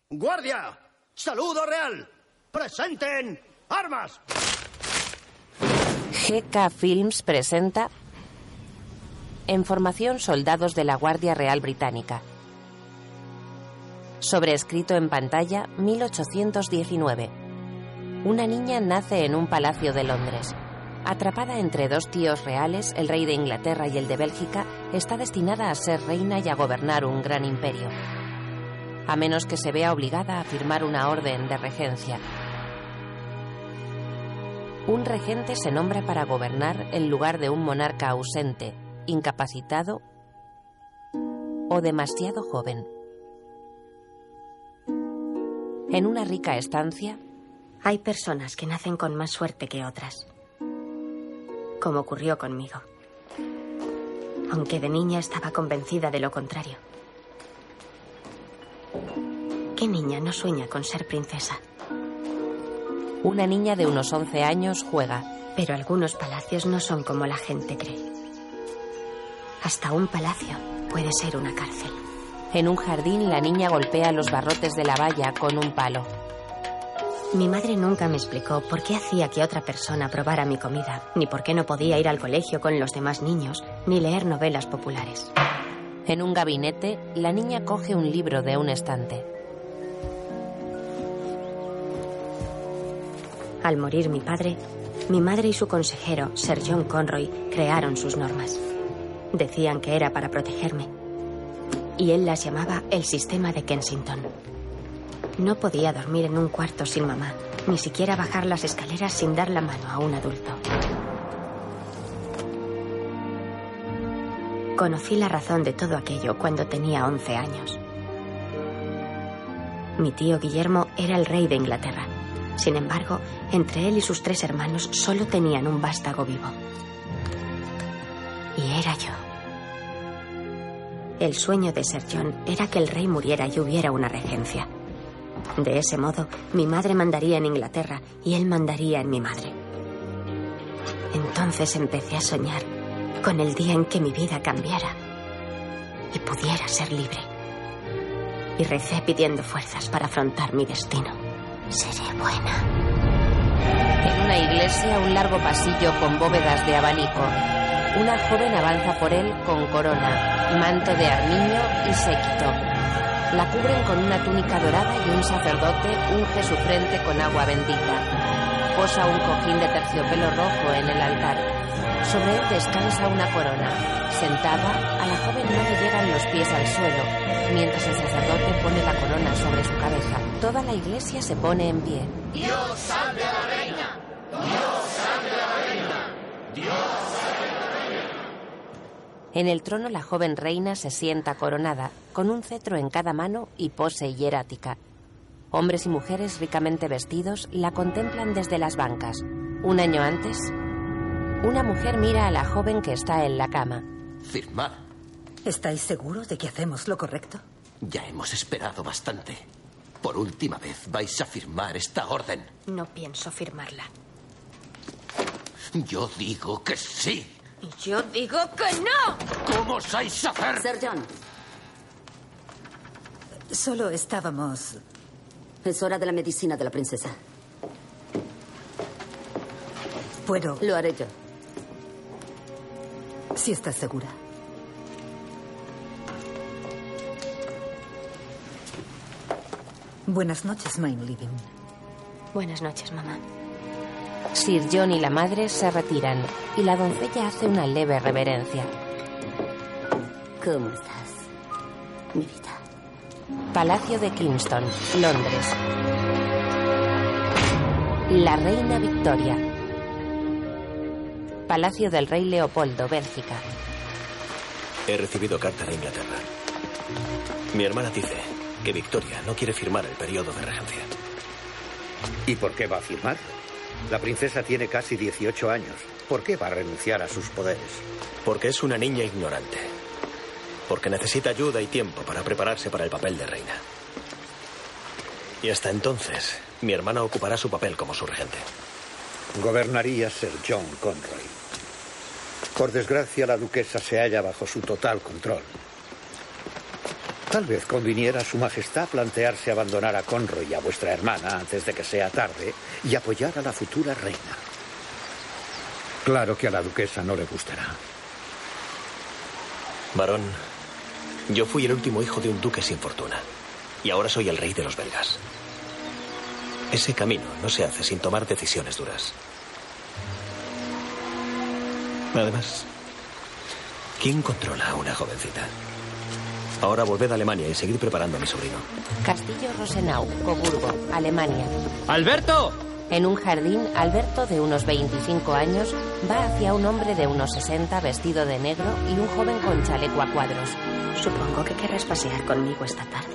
¡Guardia! ¡Saludo real! ¡Presenten armas! GK Films presenta En formación soldados de la Guardia Real Británica. Sobreescrito en pantalla 1819. Una niña nace en un palacio de Londres. Atrapada entre dos tíos reales, el rey de Inglaterra y el de Bélgica, está destinada a ser reina y a gobernar un gran imperio. A menos que se vea obligada a firmar una orden de regencia. Un regente se nombra para gobernar en lugar de un monarca ausente, incapacitado o demasiado joven. En una rica estancia, hay personas que nacen con más suerte que otras, como ocurrió conmigo, aunque de niña estaba convencida de lo contrario. ¿Qué niña no sueña con ser princesa? Una niña de unos 11 años juega. Pero algunos palacios no son como la gente cree. Hasta un palacio puede ser una cárcel. En un jardín, la niña golpea los barrotes de la valla con un palo. Mi madre nunca me explicó por qué hacía que otra persona probara mi comida, ni por qué no podía ir al colegio con los demás niños, ni leer novelas populares. En un gabinete, la niña coge un libro de un estante. Al morir mi padre, mi madre y su consejero, Sir John Conroy, crearon sus normas. Decían que era para protegerme. Y él las llamaba el sistema de Kensington. No podía dormir en un cuarto sin mamá, ni siquiera bajar las escaleras sin dar la mano a un adulto. Conocí la razón de todo aquello cuando tenía 11 años. Mi tío Guillermo era el rey de Inglaterra. Sin embargo, entre él y sus 3 hermanos solo tenían un vástago vivo. Y era yo. El sueño de Sir John era que el rey muriera y hubiera una regencia. De ese modo, mi madre mandaría en Inglaterra y él mandaría en mi madre. Entonces empecé a soñar con el día en que mi vida cambiara y pudiera ser libre. Y recé pidiendo fuerzas para afrontar mi destino. Seré buena. En una iglesia, un largo pasillo con bóvedas de abanico. Una joven avanza por él con corona, manto de armiño y séquito. La cubren con una túnica dorada y un sacerdote unge su frente con agua bendita. Posa un cojín de terciopelo rojo en el altar. Sobre él descansa una corona. Sentada, a la joven no le llegan los pies al suelo, mientras el sacerdote pone la corona sobre su cabeza. Toda la iglesia se pone en pie. ¡Dios salve a la reina! ¡Dios salve a la reina! ¡Dios salve a la reina! En el trono la joven reina se sienta coronada, con un cetro en cada mano y pose hierática. Hombres y mujeres ricamente vestidos la contemplan desde las bancas. Un año antes, una mujer mira a la joven que está en la cama. Firmad. ¿Estáis seguros de que hacemos lo correcto? Ya hemos esperado bastante. Por última vez vais a firmar esta orden. No pienso firmarla. Yo digo que sí. Y yo digo que no. ¿Cómo osáis hacer? Sir John. Solo estábamos... Es hora de la medicina de la princesa. ¿Puedo? Lo haré yo. Si estás segura. Buenas noches, Main Living. Buenas noches, mamá. Sir John y la madre se retiran y la doncella hace una leve reverencia. ¿Cómo estás, mi vida? Palacio de Kingston, Londres. La reina Victoria. Palacio del rey Leopoldo, Bélgica. He recibido carta de Inglaterra. Mi hermana dice que Victoria no quiere firmar el periodo de regencia. ¿Y por qué va a firmar? La princesa tiene casi 18 años. ¿Por qué va a renunciar a sus poderes? Porque es una niña ignorante. Porque necesita ayuda y tiempo para prepararse para el papel de reina. Y hasta entonces, mi hermana ocupará su papel como su regente. Gobernaría Sir John Conroy. Por desgracia, la duquesa se halla bajo su total control. Tal vez conviniera a Su Majestad plantearse abandonar a Conroy y a vuestra hermana antes de que sea tarde y apoyar a la futura reina. Claro que a la duquesa no le gustará. Barón, yo fui el último hijo de un duque sin fortuna. Y ahora soy el rey de los belgas. Ese camino no se hace sin tomar decisiones duras. Además, ¿quién controla a una jovencita? Ahora volved a Alemania y seguid preparando a mi sobrino. Castillo Rosenau, Coburgo, Alemania. ¡Alberto! En un jardín, Alberto, de unos 25 años, va hacia un hombre de unos 60 vestido de negro y un joven con chaleco a cuadros. Supongo que querrás pasear conmigo esta tarde.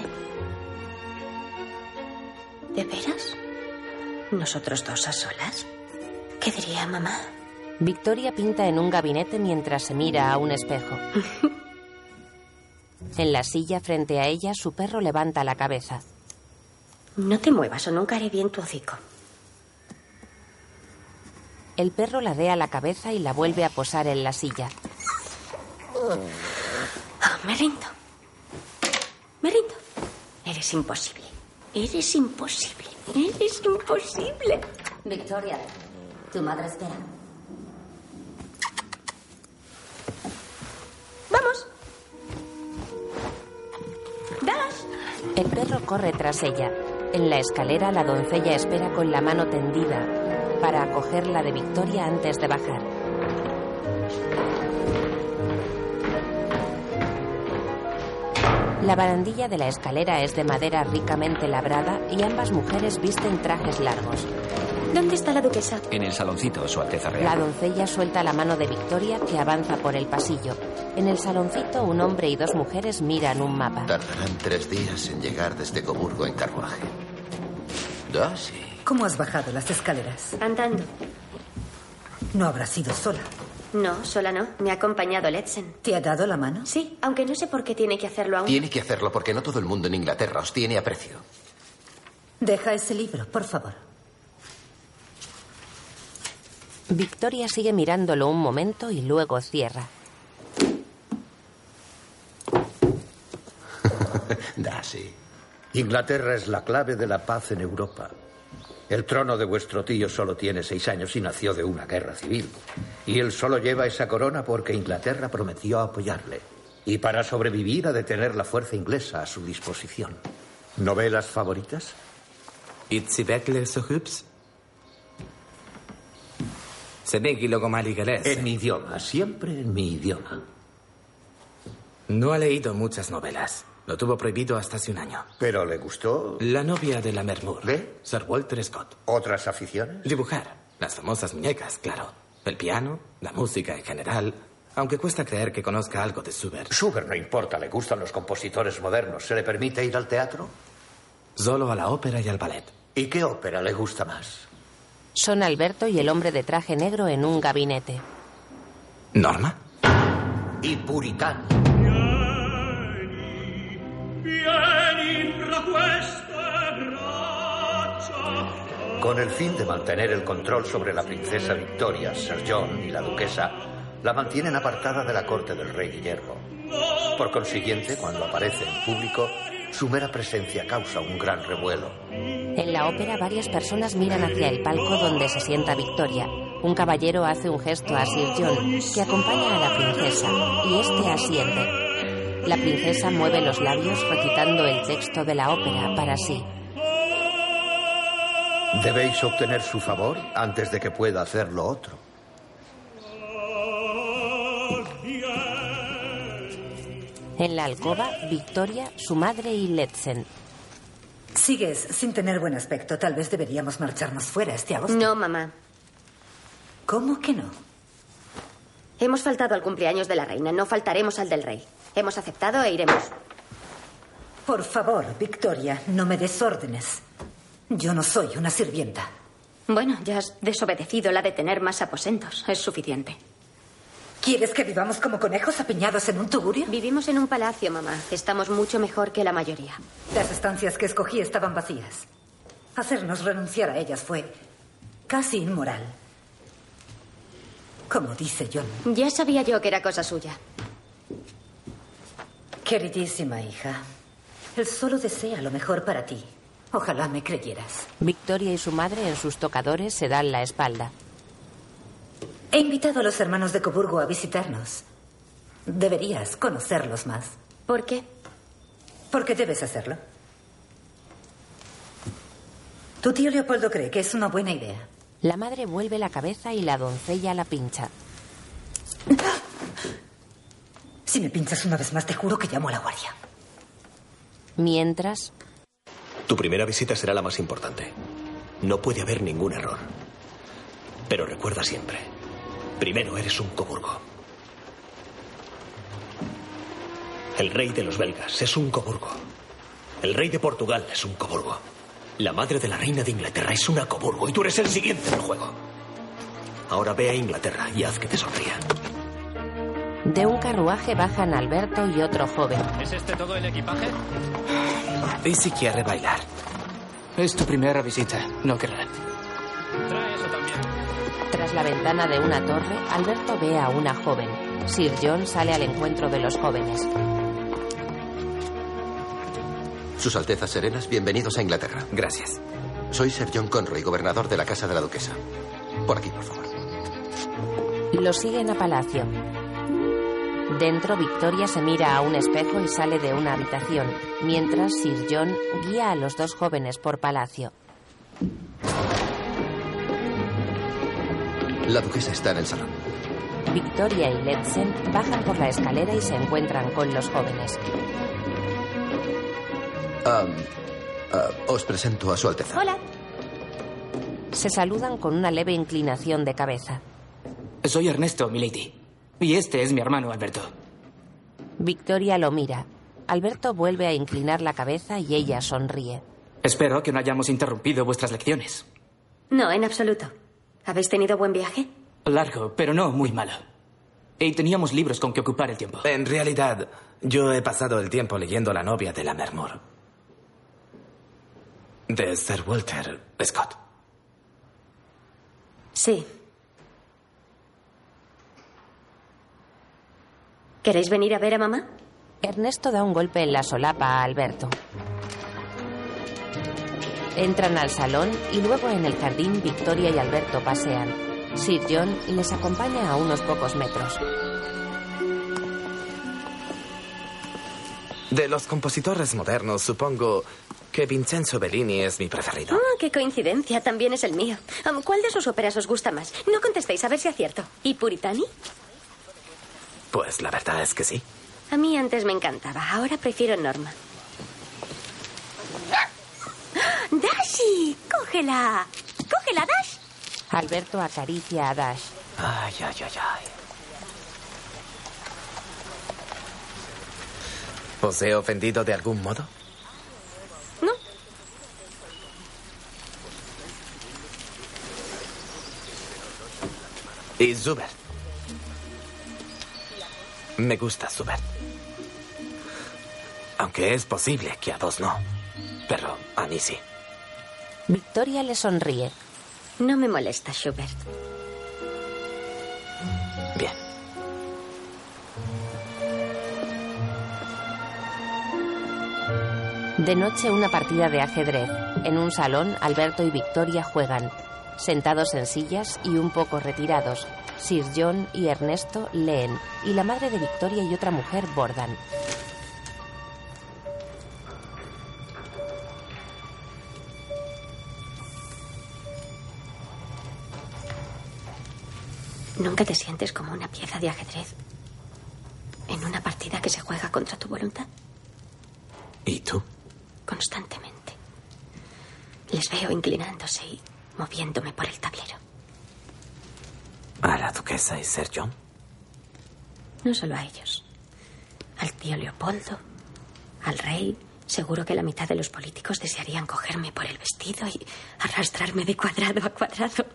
¿De veras? ¿Nosotros dos a solas? ¿Qué diría mamá? Victoria pinta en un gabinete mientras se mira a un espejo. En la silla frente a ella, su perro levanta la cabeza. No te muevas o nunca haré bien tu hocico. El perro ladea la cabeza y la vuelve a posar en la silla. Oh, me rindo. Me rindo. Eres imposible. Eres imposible. Eres imposible. Victoria, tu madre espera. Vamos. Dash. El perro corre tras ella. En la escalera, la doncella espera con la mano tendida para acoger la de Victoria antes de bajar. La barandilla de la escalera es de madera ricamente labrada y ambas mujeres visten trajes largos. ¿Dónde está la duquesa? En el saloncito, Su Alteza Real. La doncella suelta la mano de Victoria, que avanza por el pasillo. En el saloncito, un hombre y dos mujeres miran un mapa. Tardarán 3 días en llegar desde Coburgo en carruaje. ¿Ah, sí? ¿Cómo has bajado las escaleras? Andando. No habrás ido sola. No, sola no. Me ha acompañado Letzen. ¿Te ha dado la mano? Sí, aunque no sé por qué tiene que hacerlo aún. Tiene que hacerlo porque no todo el mundo en Inglaterra os tiene aprecio. Deja ese libro, por favor. Victoria sigue mirándolo un momento y luego cierra. Darcy. Inglaterra es la clave de la paz en Europa. El trono de vuestro tío solo tiene 6 años y nació de una guerra civil. Y él solo lleva esa corona porque Inglaterra prometió apoyarle. Y para sobrevivir ha de tener la fuerza inglesa a su disposición. ¿Novelas favoritas? ¿Itzi Beckler so hübsch? En mi idioma, siempre en mi idioma. No ha leído muchas novelas. Lo tuvo prohibido hasta hace un año. ¿Pero le gustó? La novia de la Mermur. ¿De? Sir Walter Scott. ¿Otras aficiones? Dibujar. Las famosas muñecas, claro. El piano, la música en general. Aunque cuesta creer que conozca algo de Schubert. Schubert no importa, le gustan los compositores modernos. ¿Se le permite ir al teatro? Solo a la ópera y al ballet. ¿Y qué ópera le gusta más? Son Alberto y el hombre de traje negro en un gabinete. ¿Norma? Y puritano. Con el fin de mantener el control sobre la princesa Victoria, Sir John y la duquesa la mantienen apartada de la corte del rey Guillermo. Por consiguiente, cuando aparece en público, su mera presencia causa un gran revuelo. En la ópera, varias personas miran hacia el palco donde se sienta Victoria. Un caballero hace un gesto a Sir John, que acompaña a la princesa, y este asiente. La princesa mueve los labios recitando el texto de la ópera para sí. Debéis obtener su favor antes de que pueda hacer lo otro. En la alcoba, Victoria, su madre y Letzen. Sigues sin tener buen aspecto. Tal vez deberíamos marcharnos fuera este agosto. No, mamá. ¿Cómo que no? Hemos faltado al cumpleaños de la reina. No faltaremos al del rey. Hemos aceptado e iremos. Por favor, Victoria, no me des órdenes. Yo no soy una sirvienta. Bueno, ya has desobedecido la de tener más aposentos. Es suficiente. ¿Quieres que vivamos como conejos apiñados en un tugurio? Vivimos en un palacio, mamá. Estamos mucho mejor que la mayoría. Las estancias que escogí estaban vacías. Hacernos renunciar a ellas fue casi inmoral. Como dice John. Ya sabía yo que era cosa suya. Queridísima hija, Él solo desea lo mejor para ti. Ojalá me creyeras. Victoria y su madre en sus tocadores se dan la espalda. He invitado a los hermanos de Coburgo a visitarnos. Deberías conocerlos más. ¿Por qué? Porque debes hacerlo. Tu tío Leopoldo cree que es una buena idea. La madre vuelve la cabeza y la doncella la pincha. Si me pinchas una vez más, te juro que llamo a la guardia. Mientras... Tu primera visita será la más importante. No puede haber ningún error. Pero recuerda siempre, primero eres un Coburgo. El rey de los belgas es un Coburgo. El rey de Portugal es un Coburgo. La madre de la reina de Inglaterra es una Coburgo y tú eres el siguiente del juego. Ahora ve a Inglaterra y haz que te sonría. De un carruaje bajan Alberto y otro joven. ¿Es este todo el equipaje? ¿Y si quiere bailar? Es tu primera visita, no querrá. Trae eso también. Tras la ventana de una torre, Alberto ve a una joven. Sir John sale al encuentro de los jóvenes. Sus Altezas Serenas, bienvenidos a Inglaterra. Gracias. Soy Sir John Conroy, gobernador de la Casa de la Duquesa. Por aquí, por favor. Los siguen a palacio. Dentro, Victoria se mira a un espejo y sale de una habitación, mientras Sir John guía a los dos jóvenes por palacio. La duquesa está en el salón. Victoria y Letzen bajan por la escalera y se encuentran con los jóvenes. Os presento a su Alteza. Hola. Se saludan con una leve inclinación de cabeza. Soy Ernesto, milady. Y este es mi hermano Alberto. Victoria lo mira. Alberto vuelve a inclinar la cabeza y ella sonríe. Espero que no hayamos interrumpido vuestras lecciones. No, en absoluto. ¿Habéis tenido buen viaje? Largo, pero no muy malo. Y teníamos libros con que ocupar el tiempo. En realidad, yo he pasado el tiempo leyendo La novia de la Mermur. De Sir Walter Scott. Sí. ¿Queréis venir a ver a mamá? Ernesto da un golpe en la solapa a Alberto. Entran al salón y luego en el jardín Victoria y Alberto pasean. Sir John les acompaña a unos pocos metros. De los compositores modernos, supongo que Vincenzo Bellini es mi preferido. Oh, qué coincidencia, también es el mío. ¿Cuál de sus óperas os gusta más? No contestéis, a ver si acierto. ¿Y Puritani? Pues la verdad es que sí. A mí antes me encantaba, ahora prefiero Norma. ¡Dashi! ¡Cógela! ¡Cógela, Dash! Alberto acaricia a Dash. Ay, ay, ay, ay. ¿Os he ofendido de algún modo? No. ¿Y Zubert? Me gusta Zubert. Aunque es posible que a vos no. Pero a mí sí. Victoria le sonríe. No me molesta, Schubert. Bien. De noche, una partida de ajedrez. En un salón, Alberto y Victoria juegan. Sentados en sillas y un poco retirados, Sir John y Ernesto leen, y la madre de Victoria y otra mujer bordan. ¿Nunca te sientes como una pieza de ajedrez en una partida que se juega contra tu voluntad? ¿Y tú? Constantemente. Les veo inclinándose y moviéndome por el tablero. ¿A la duquesa y Sir John? No solo a ellos. Al tío Leopoldo, al rey. Seguro que la mitad de los políticos desearían cogerme por el vestido y arrastrarme de cuadrado a cuadrado.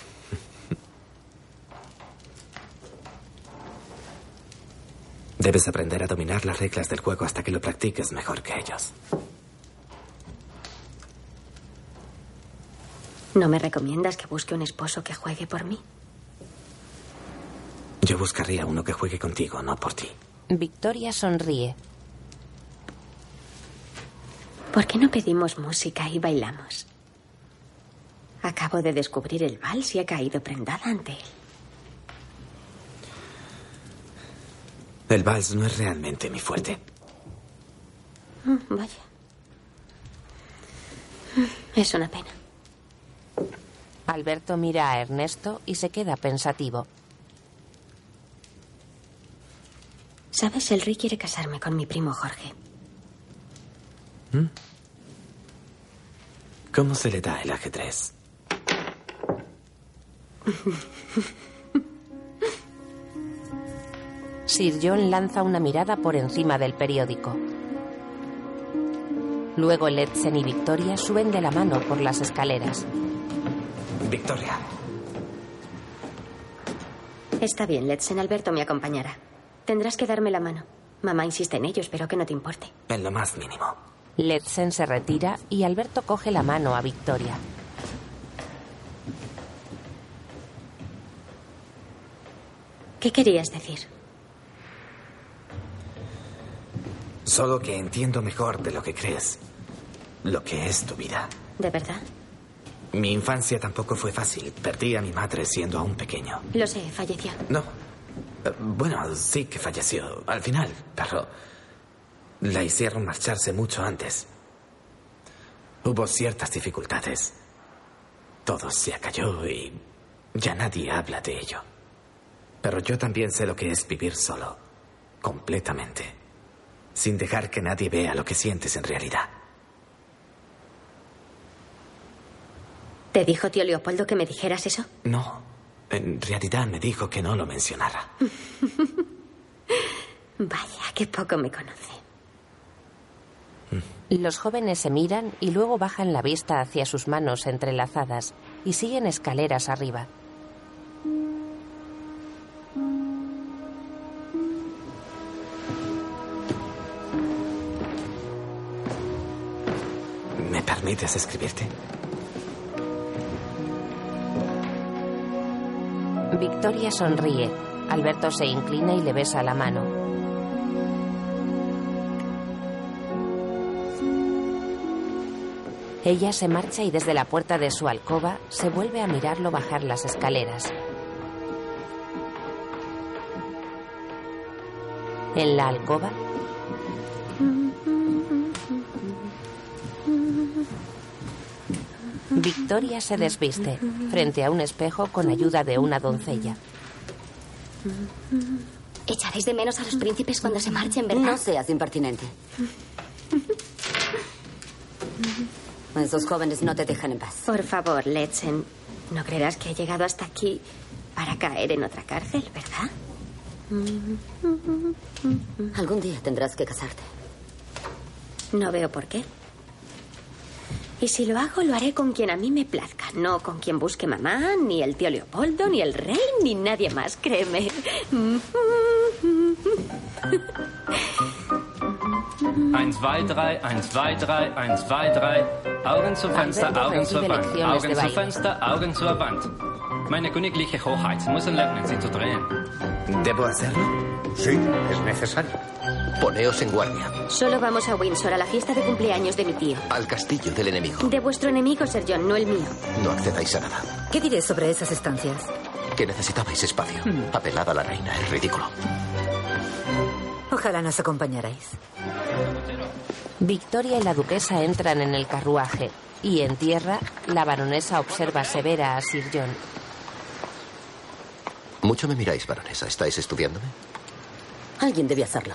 Debes aprender a dominar las reglas del juego hasta que lo practiques mejor que ellos. ¿No me recomiendas que busque un esposo que juegue por mí? Yo buscaría uno que juegue contigo, no por ti. Victoria sonríe. ¿Por qué no pedimos música y bailamos? Acabo de descubrir el vals y he caído prendada ante él. El vals no es realmente mi fuerte. Vaya. Es una pena. Alberto mira a Ernesto y se queda pensativo. ¿Sabes? El rey quiere casarme con mi primo Jorge. ¿Cómo se le da el ajedrez? Sir John lanza una mirada por encima del periódico. Luego Letsen y Victoria suben de la mano por las escaleras. Victoria. Está bien, Letsen. Alberto me acompañará. Tendrás que darme la mano. Mamá insiste en ello, espero que no te importe. En lo más mínimo. Letsen se retira y Alberto coge la mano a Victoria. ¿Qué querías decir? Solo que entiendo mejor de lo que crees lo que es tu vida. ¿De verdad? Mi infancia tampoco fue fácil. Perdí a mi madre siendo aún pequeño. Lo sé, falleció. No. Bueno, sí que falleció al final, pero la hicieron marcharse mucho antes. Hubo ciertas dificultades. Todo se acalló y ya nadie habla de ello. Pero yo también sé lo que es vivir solo, completamente, sin dejar que nadie vea lo que sientes en realidad. ¿Te dijo tío Leopoldo que me dijeras eso? No, en realidad me dijo que no lo mencionara. Vaya, qué poco me conoce. Los jóvenes se miran y luego bajan la vista hacia sus manos entrelazadas y siguen escaleras arriba. ¿Me permites escribirte? Victoria sonríe. Alberto se inclina y le besa la mano. Ella se marcha y desde la puerta de su alcoba se vuelve a mirarlo bajar las escaleras. En la alcoba, Victoria se desviste frente a un espejo con ayuda de una doncella. ¿Echaréis de menos a los príncipes cuando se marchen, verdad? No seas impertinente. Esos jóvenes no te dejan en paz. Por favor, Letsen, no creerás que he llegado hasta aquí para caer en otra cárcel, ¿verdad? Algún día tendrás que casarte. No veo por qué. Y si lo hago, lo haré con quien a mí me plazca. No con quien busque mamá, ni el tío Leopoldo, ni el rey, ni nadie más, créeme. 1, 2, 3, 1, 2, 3, 1, 2, 3. Augen zum Fenster, Augen zur Wand. Augen zum Fenster, Augen zur Wand. Meine königliche Hoheit, Sie müssen lernen, sie zu drehen. ¿Debo hacerlo? Sí, es necesario. Poneos en guardia. Solo vamos a Windsor, a la fiesta de cumpleaños de mi tío. Al castillo del enemigo. De vuestro enemigo, Sir John, no el mío. No accedáis a nada. ¿Qué diré sobre esas estancias? Que necesitabais espacio. Apelad a la reina, es ridículo. Ojalá nos acompañarais. Victoria y la duquesa entran en el carruaje y en tierra la baronesa observa severa a Sir John. Mucho me miráis, baronesa. ¿Estáis estudiándome? Alguien debe hacerlo.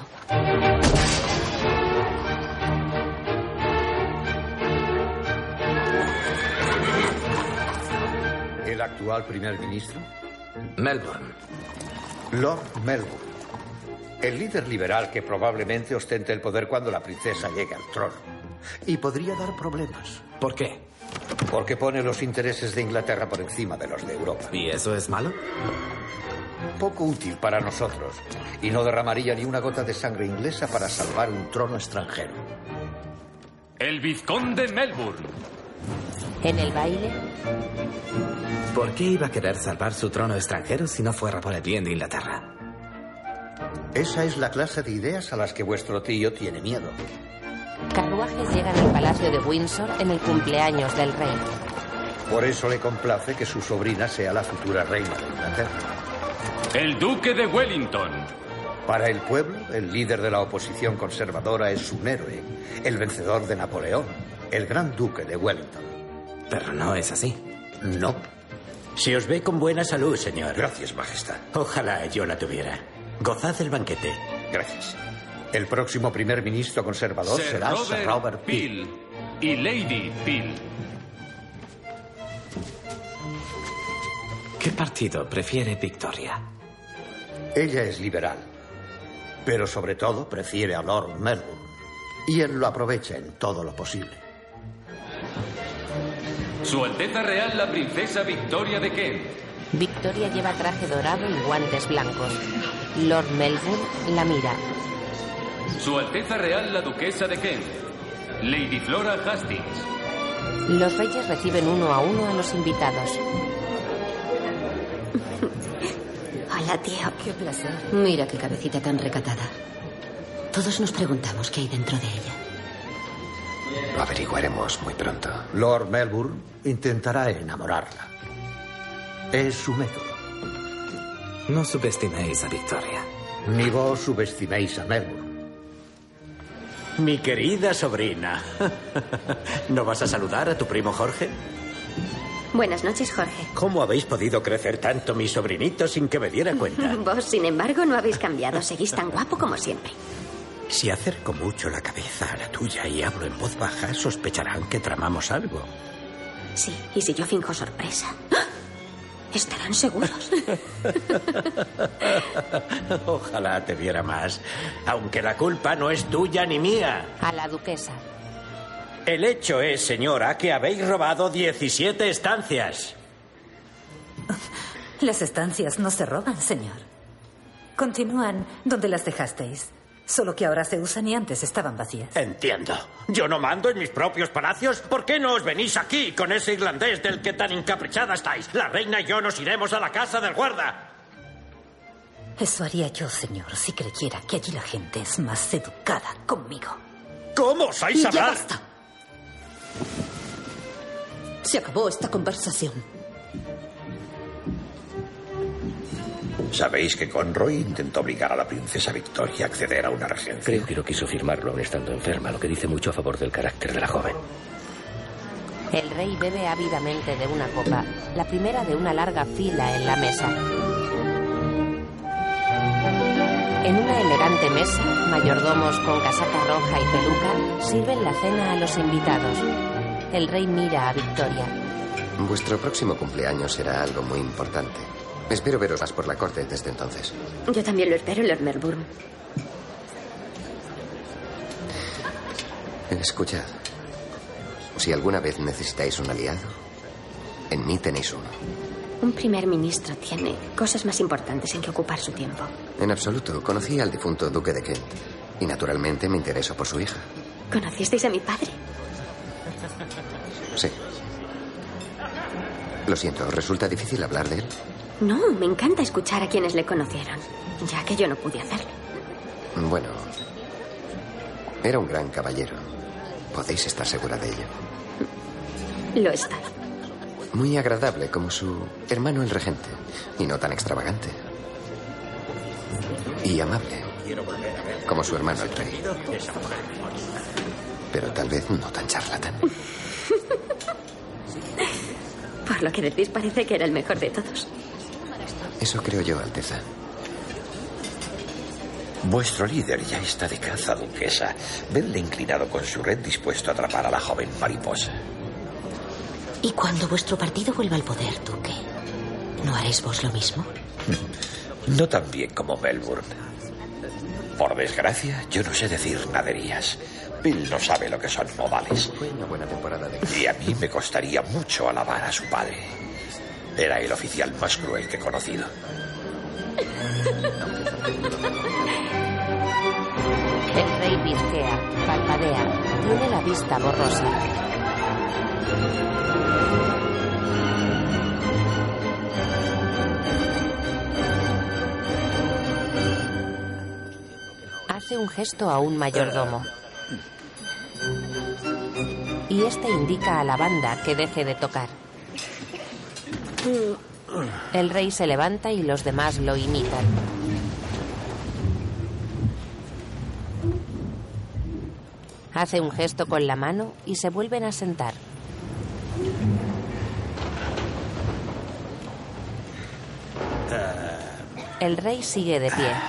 ¿El actual primer ministro? Melbourne. Lord Melbourne. El líder liberal que probablemente ostente el poder cuando la princesa llegue al trono. Y podría dar problemas. ¿Por qué? Porque pone los intereses de Inglaterra por encima de los de Europa. ¿Y eso es malo? Poco útil para nosotros. Y no derramaría ni una gota de sangre inglesa para salvar un trono extranjero. El vizconde Melbourne. En el baile, ¿Por qué iba a querer salvar su trono extranjero si no fuera por el bien de Inglaterra? Esa es la clase de ideas a las que vuestro tío tiene miedo. Carruajes llegan al palacio de Windsor en el cumpleaños del rey. Por eso le complace que su sobrina sea la futura reina de Inglaterra. El duque de Wellington. Para el pueblo, el líder de la oposición conservadora es un héroe, el vencedor de Napoleón, el gran duque de Wellington. Pero no es así. No. Se os ve con buena salud, señor. Gracias, Majestad. Ojalá yo la tuviera. Gozad el banquete. Gracias. El próximo primer ministro conservador será Sir Robert Peel. Y Lady Peel. ¿Qué partido prefiere Victoria? Ella es liberal, pero sobre todo prefiere a Lord Melbourne. Y él lo aprovecha en todo lo posible. Su Alteza Real la Princesa Victoria de Kent. Victoria lleva traje dorado y guantes blancos. Lord Melbourne la mira. Su Alteza Real la Duquesa de Kent. Lady Flora Hastings. Los reyes reciben uno a uno a los invitados. Hola, tío. Qué placer. Mira qué cabecita tan recatada. Todos nos preguntamos qué hay dentro de ella. Lo averiguaremos muy pronto. Lord Melbourne intentará enamorarla. Es su método. No subestiméis a Victoria. Ni vos subestiméis a Melbourne. Mi querida sobrina. ¿No vas a saludar a tu primo Jorge? Buenas noches, Jorge. ¿Cómo habéis podido crecer tanto, mi sobrinito, sin que me diera cuenta? Vos, sin embargo, no habéis cambiado. Seguís tan guapo como siempre. Si acerco mucho la cabeza a la tuya y hablo en voz baja, sospecharán que tramamos algo. Sí, y si yo finjo sorpresa, estarán seguros. Ojalá te viera más. Aunque la culpa no es tuya ni mía. A la duquesa. El hecho es, señora, que habéis robado 17 estancias. Las estancias no se roban, señor. Continúan donde las dejasteis. Solo que ahora se usan y antes estaban vacías. Entiendo. ¿Yo no mando en mis propios palacios? ¿Por qué no os venís aquí con ese irlandés del que tan encaprichada estáis? La reina y yo nos iremos a la casa del guarda. Eso haría yo, señor, si creyera que allí la gente es más educada conmigo. ¿Cómo osáis hablar? ¡Ya basta! Se acabó esta conversación. ¿Sabéis que Conroy intentó obligar a la princesa Victoria a acceder a una regencia? Creo que no quiso firmarlo aún estando enferma, lo que dice mucho a favor del carácter de la joven. El rey bebe ávidamente de una copa, la primera de una larga fila en la mesa. En una elegante mesa, mayordomos con casaca roja y peluca sirven la cena a los invitados. El rey mira a Victoria. Vuestro próximo cumpleaños será algo muy importante. Espero veros más por la corte desde entonces. Yo también lo espero, Lord Melbourne. Escuchad. Si alguna vez necesitáis un aliado, en mí tenéis uno. Un primer ministro tiene cosas más importantes en que ocupar su tiempo. En absoluto. Conocí al difunto duque de Kent. Y naturalmente me intereso por su hija. ¿Conocisteis a mi padre? Sí. Lo siento, ¿os resulta difícil hablar de él? No, me encanta escuchar a quienes le conocieron, ya que yo no pude hacerlo. Bueno, era un gran caballero. Podéis estar segura de ello. Lo está. Muy agradable, como su hermano el regente. Y no tan extravagante. Y amable, como su hermano el rey. Pero tal vez no tan charlatán. Por lo que decís, parece que era el mejor de todos. Eso creo yo, Alteza. Vuestro líder ya está de caza, duquesa. Vedle inclinado con su red dispuesto a atrapar a la joven mariposa. ¿Y cuando vuestro partido vuelva al poder, duque? ¿No haréis vos lo mismo? No tan bien como Melbourne. Por desgracia, yo no sé decir naderías. Bill no sabe lo que son modales. Fue una buena temporada de... Y a mí me costaría mucho alabar a su padre. Era el oficial más cruel que he conocido. El rey pizquea, parpadea, tiene la vista borrosa. Hace un gesto a un mayordomo. y este indica a la banda que deje de tocar. El rey se levanta y los demás lo imitan. Hace un gesto con la mano y se vuelven a sentar. El rey sigue de pie.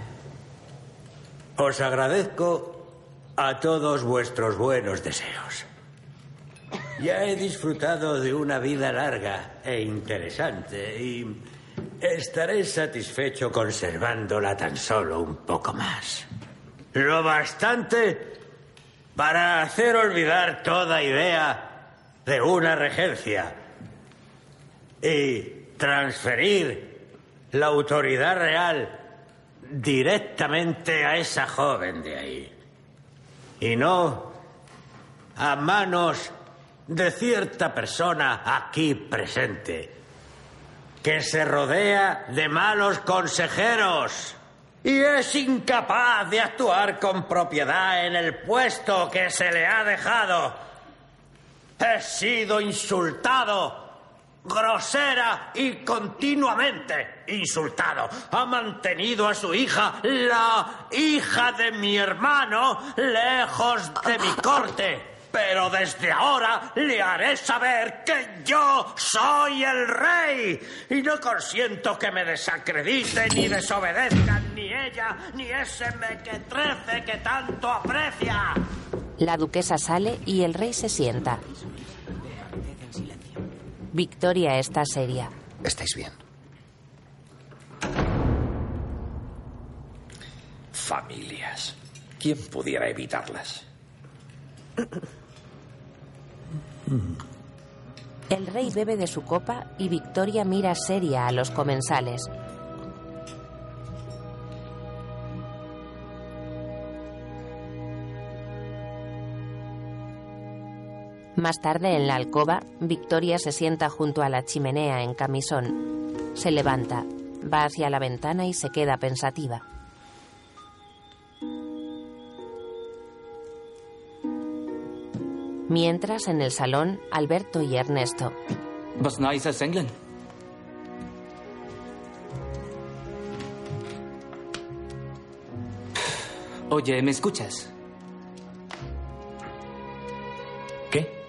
Os agradezco a todos vuestros buenos deseos. Ya he disfrutado de una vida larga e interesante y estaré satisfecho conservándola tan solo un poco más. Lo bastante para hacer olvidar toda idea de una regencia y transferir la autoridad real directamente a esa joven de ahí. Y no a manos de cierta persona aquí presente que se rodea de malos consejeros y es incapaz de actuar con propiedad en el puesto que se le ha dejado. He sido insultado, grosera y continuamente insultado. Ha mantenido a su hija, la hija de mi hermano, lejos de mi corte. Pero desde ahora le haré saber que yo soy el rey y no consiento que me desacrediten ni desobedezcan ni ella ni ese mequetrefe que tanto aprecia. La duquesa sale y el rey se sienta. Victoria está seria. ¿Estáis bien? Familias. ¿Quién pudiera evitarlas? El rey bebe de su copa y Victoria mira seria a los comensales. Más tarde, en la alcoba, Victoria se sienta junto a la chimenea en camisón. Se levanta, va hacia la ventana y se queda pensativa. Mientras, en el salón, Alberto y Ernesto. Was Neues aus England? Oye, ¿me escuchas? ¿Qué?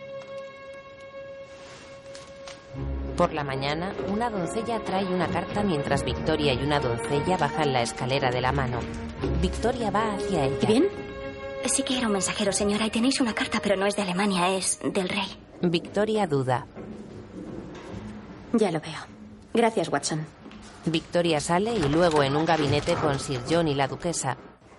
Por la mañana, una doncella trae una carta mientras Victoria y una doncella bajan la escalera de la mano. Victoria va hacia ella. ¿Bien? Sí que era un mensajero, señora, y tenéis una carta, pero no es de Alemania, es del rey. Victoria duda. Ya lo veo. Gracias, Watson. Victoria sale y luego en un gabinete con Sir John y la duquesa.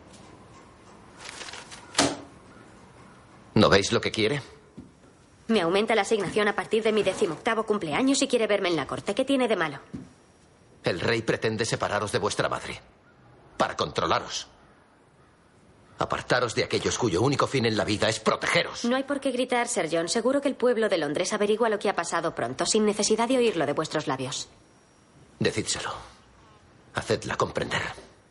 ¿No veis lo que quiere? Me aumenta la asignación a partir de mi 18º cumpleaños y quiere verme en la corte. ¿Qué tiene de malo? El rey pretende separaros de vuestra madre. Para controlaros. Apartaros de aquellos cuyo único fin en la vida es protegeros. No hay por qué gritar, Sir John. Seguro que el pueblo de Londres averigua lo que ha pasado pronto, sin necesidad de oírlo de vuestros labios. Decídselo. Hacedla comprender.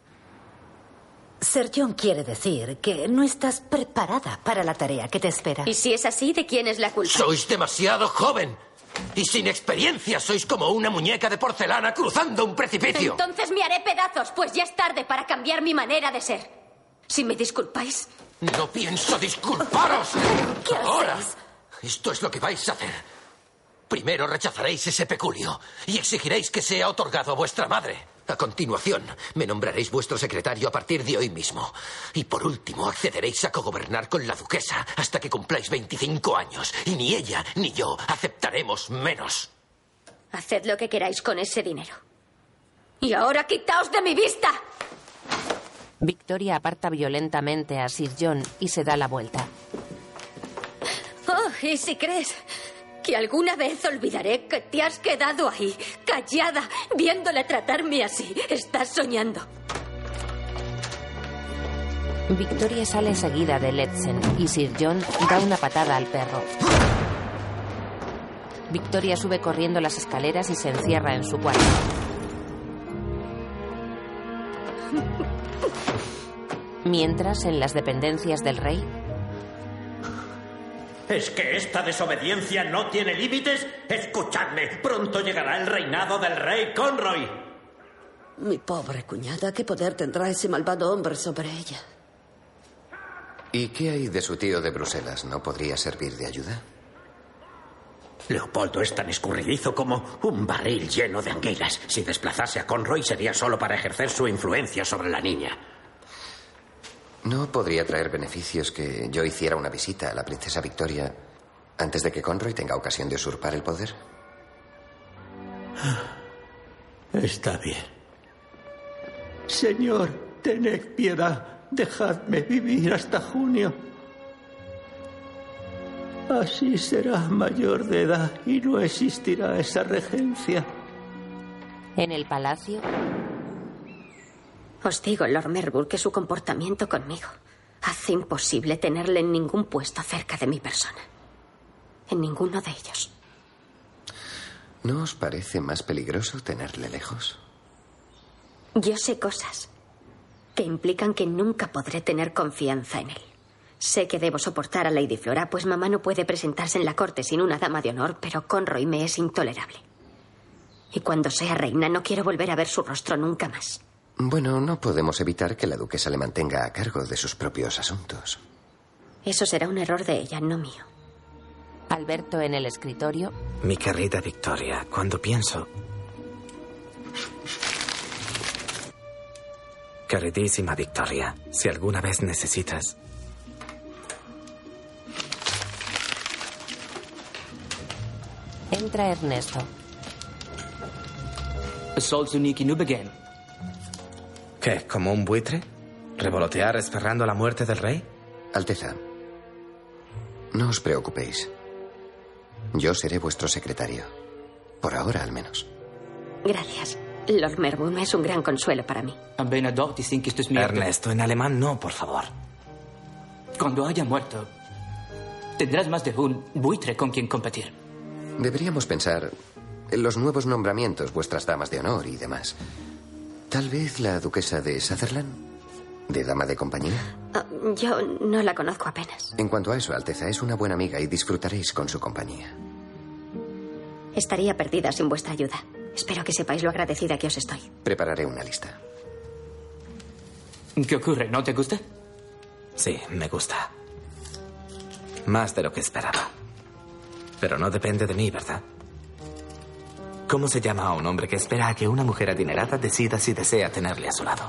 Sir John quiere decir que no estás preparada para la tarea que te espera. Y si es así, ¿de quién es la culpa? Sois demasiado joven. Y sin experiencia sois como una muñeca de porcelana cruzando un precipicio. Entonces me haré pedazos, pues ya es tarde para cambiar mi manera de ser. Si me disculpáis... No pienso disculparos. ¿Qué ahora? hacéis? Esto es lo que vais a hacer. Primero rechazaréis ese peculio y exigiréis que sea otorgado a vuestra madre. A continuación, me nombraréis vuestro secretario a partir de hoy mismo. Y por último, accederéis a cogobernar con la duquesa hasta que cumpláis 25 años. Y ni ella ni yo aceptaremos menos. Haced lo que queráis con ese dinero. Y ahora quitaos de mi vista. Victoria aparta violentamente a Sir John y se da la vuelta. Oh, ¿y si crees que alguna vez olvidaré que te has quedado ahí, callada, viéndole tratarme así? Estás soñando. Victoria sale seguida de Letzen y Sir John da una patada al perro. Victoria sube corriendo las escaleras y se encierra en su cuarto. Mientras, en las dependencias del rey... ¿Es que esta desobediencia no tiene límites? Escuchadme, pronto llegará el reinado del rey Conroy. Mi pobre cuñada, ¿qué poder tendrá ese malvado hombre sobre ella? ¿Y qué hay de su tío de Bruselas? ¿No podría servir de ayuda? Leopoldo es tan escurridizo como un barril lleno de anguilas. Si desplazase a Conroy sería solo para ejercer su influencia sobre la niña. ¿No podría traer beneficios que yo hiciera una visita a la princesa Victoria antes de que Conroy tenga ocasión de usurpar el poder? Está bien. Señor, tened piedad. Dejadme vivir hasta junio. Así será mayor de edad y no existirá esa regencia. En el palacio. Os digo, Lord Merbury, que su comportamiento conmigo hace imposible tenerle en ningún puesto cerca de mi persona. En ninguno de ellos. ¿No os parece más peligroso tenerle lejos? Yo sé cosas que implican que nunca podré tener confianza en él. Sé que debo soportar a Lady Flora, pues mamá no puede presentarse en la corte sin una dama de honor, pero Conroy me es intolerable. Y cuando sea reina no quiero volver a ver su rostro nunca más. Bueno, no podemos evitar que la duquesa le mantenga a cargo de sus propios asuntos. Eso será un error de ella, no mío. Alberto en el escritorio. Mi querida Victoria, cuando pienso... Queridísima Victoria, si alguna vez necesitas... Entra Ernesto. Sollst du nicht hinübergehen? ¿Qué? ¿Como un buitre? ¿Revolotear esperando la muerte del rey? Alteza, no os preocupéis. Yo seré vuestro secretario. Por ahora, al menos. Gracias. Lord Merbury me es un gran consuelo para mí. Ernesto, en alemán no, por favor. Cuando haya muerto, tendrás más de un buitre con quien competir. Deberíamos pensar en los nuevos nombramientos, vuestras damas de honor y demás. Tal vez la duquesa de Sutherland, de dama de compañía. Yo no la conozco apenas. En cuanto a eso, Alteza, es una buena amiga y disfrutaréis con su compañía. Estaría perdida sin vuestra ayuda. Espero que sepáis lo agradecida que os estoy. Prepararé una lista. ¿Qué ocurre? ¿No te gusta? Sí, me gusta. Más de lo que esperaba. Pero no depende de mí, ¿verdad? ¿Cómo se llama a un hombre que espera a que una mujer adinerada decida si desea tenerle a su lado?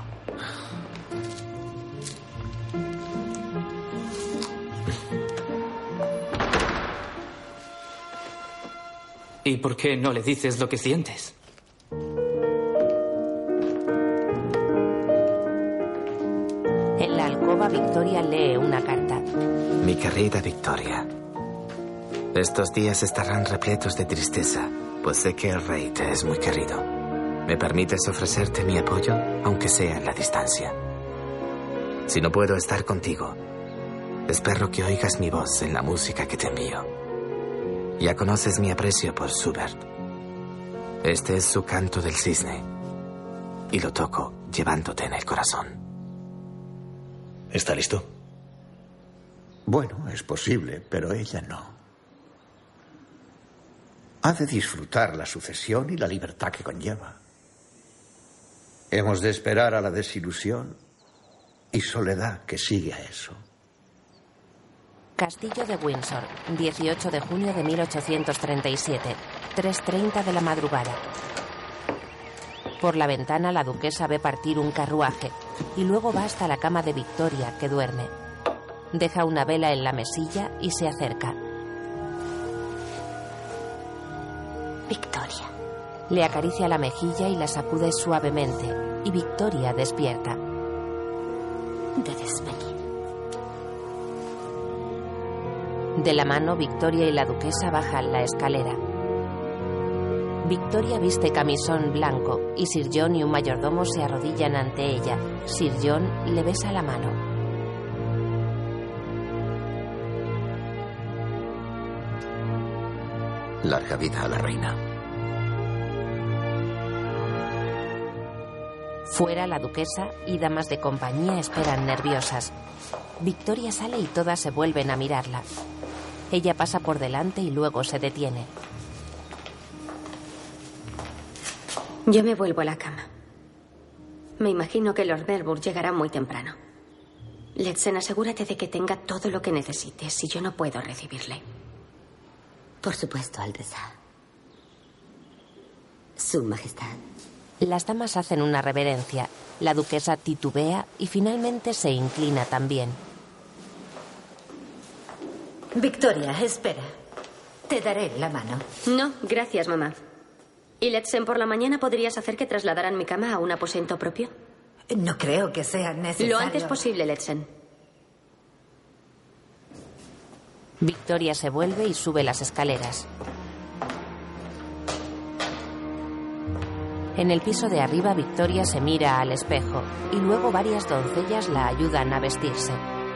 ¿Y por qué no le dices lo que sientes? En la alcoba, Victoria lee una carta. Mi querida Victoria, estos días estarán repletos de tristeza, pues sé que el rey te es muy querido. ¿Me permites ofrecerte mi apoyo, aunque sea en la distancia? Si no puedo estar contigo, espero que oigas mi voz en la música que te envío. Ya conoces mi aprecio por Schubert. Este es su canto del cisne. Y lo toco llevándote en el corazón. ¿Está listo? Bueno, es posible, pero ella no. Ha de disfrutar la sucesión y la libertad que conlleva. Hemos de esperar a la desilusión y soledad que sigue a eso. Castillo de Windsor, 18 de junio de 1837, 3:30 de la madrugada. Por la ventana la duquesa ve partir un carruaje y luego va hasta la cama de Victoria, que duerme. Deja una vela en la mesilla y se acerca. Victoria. Le acaricia la mejilla y la sacude suavemente, y Victoria despierta. Debes venir. De la mano, Victoria y la duquesa bajan la escalera. Victoria viste camisón blanco y Sir John y un mayordomo se arrodillan ante ella. Sir John le besa la mano. Larga vida a la reina. Fuera, la duquesa y damas de compañía esperan nerviosas. Victoria sale y todas se vuelven a mirarla. Ella pasa por delante y luego se detiene. Yo me vuelvo a la cama. Me imagino que Lord Melbourne llegará muy temprano. Letsen, asegúrate de que tenga todo lo que necesite si yo no puedo recibirle. Por supuesto, Alteza. Su Majestad. Las damas hacen una reverencia. La duquesa titubea y finalmente se inclina también. Victoria, espera. Te daré la mano. No, gracias, mamá. ¿Y Letsen, por la mañana podrías hacer que trasladaran mi cama a un aposento propio? No creo que sea necesario. Lo antes posible, Letsen. Victoria se vuelve y sube las escaleras. En el piso de arriba, Victoria se mira al espejo y luego varias doncellas la ayudan a vestirse.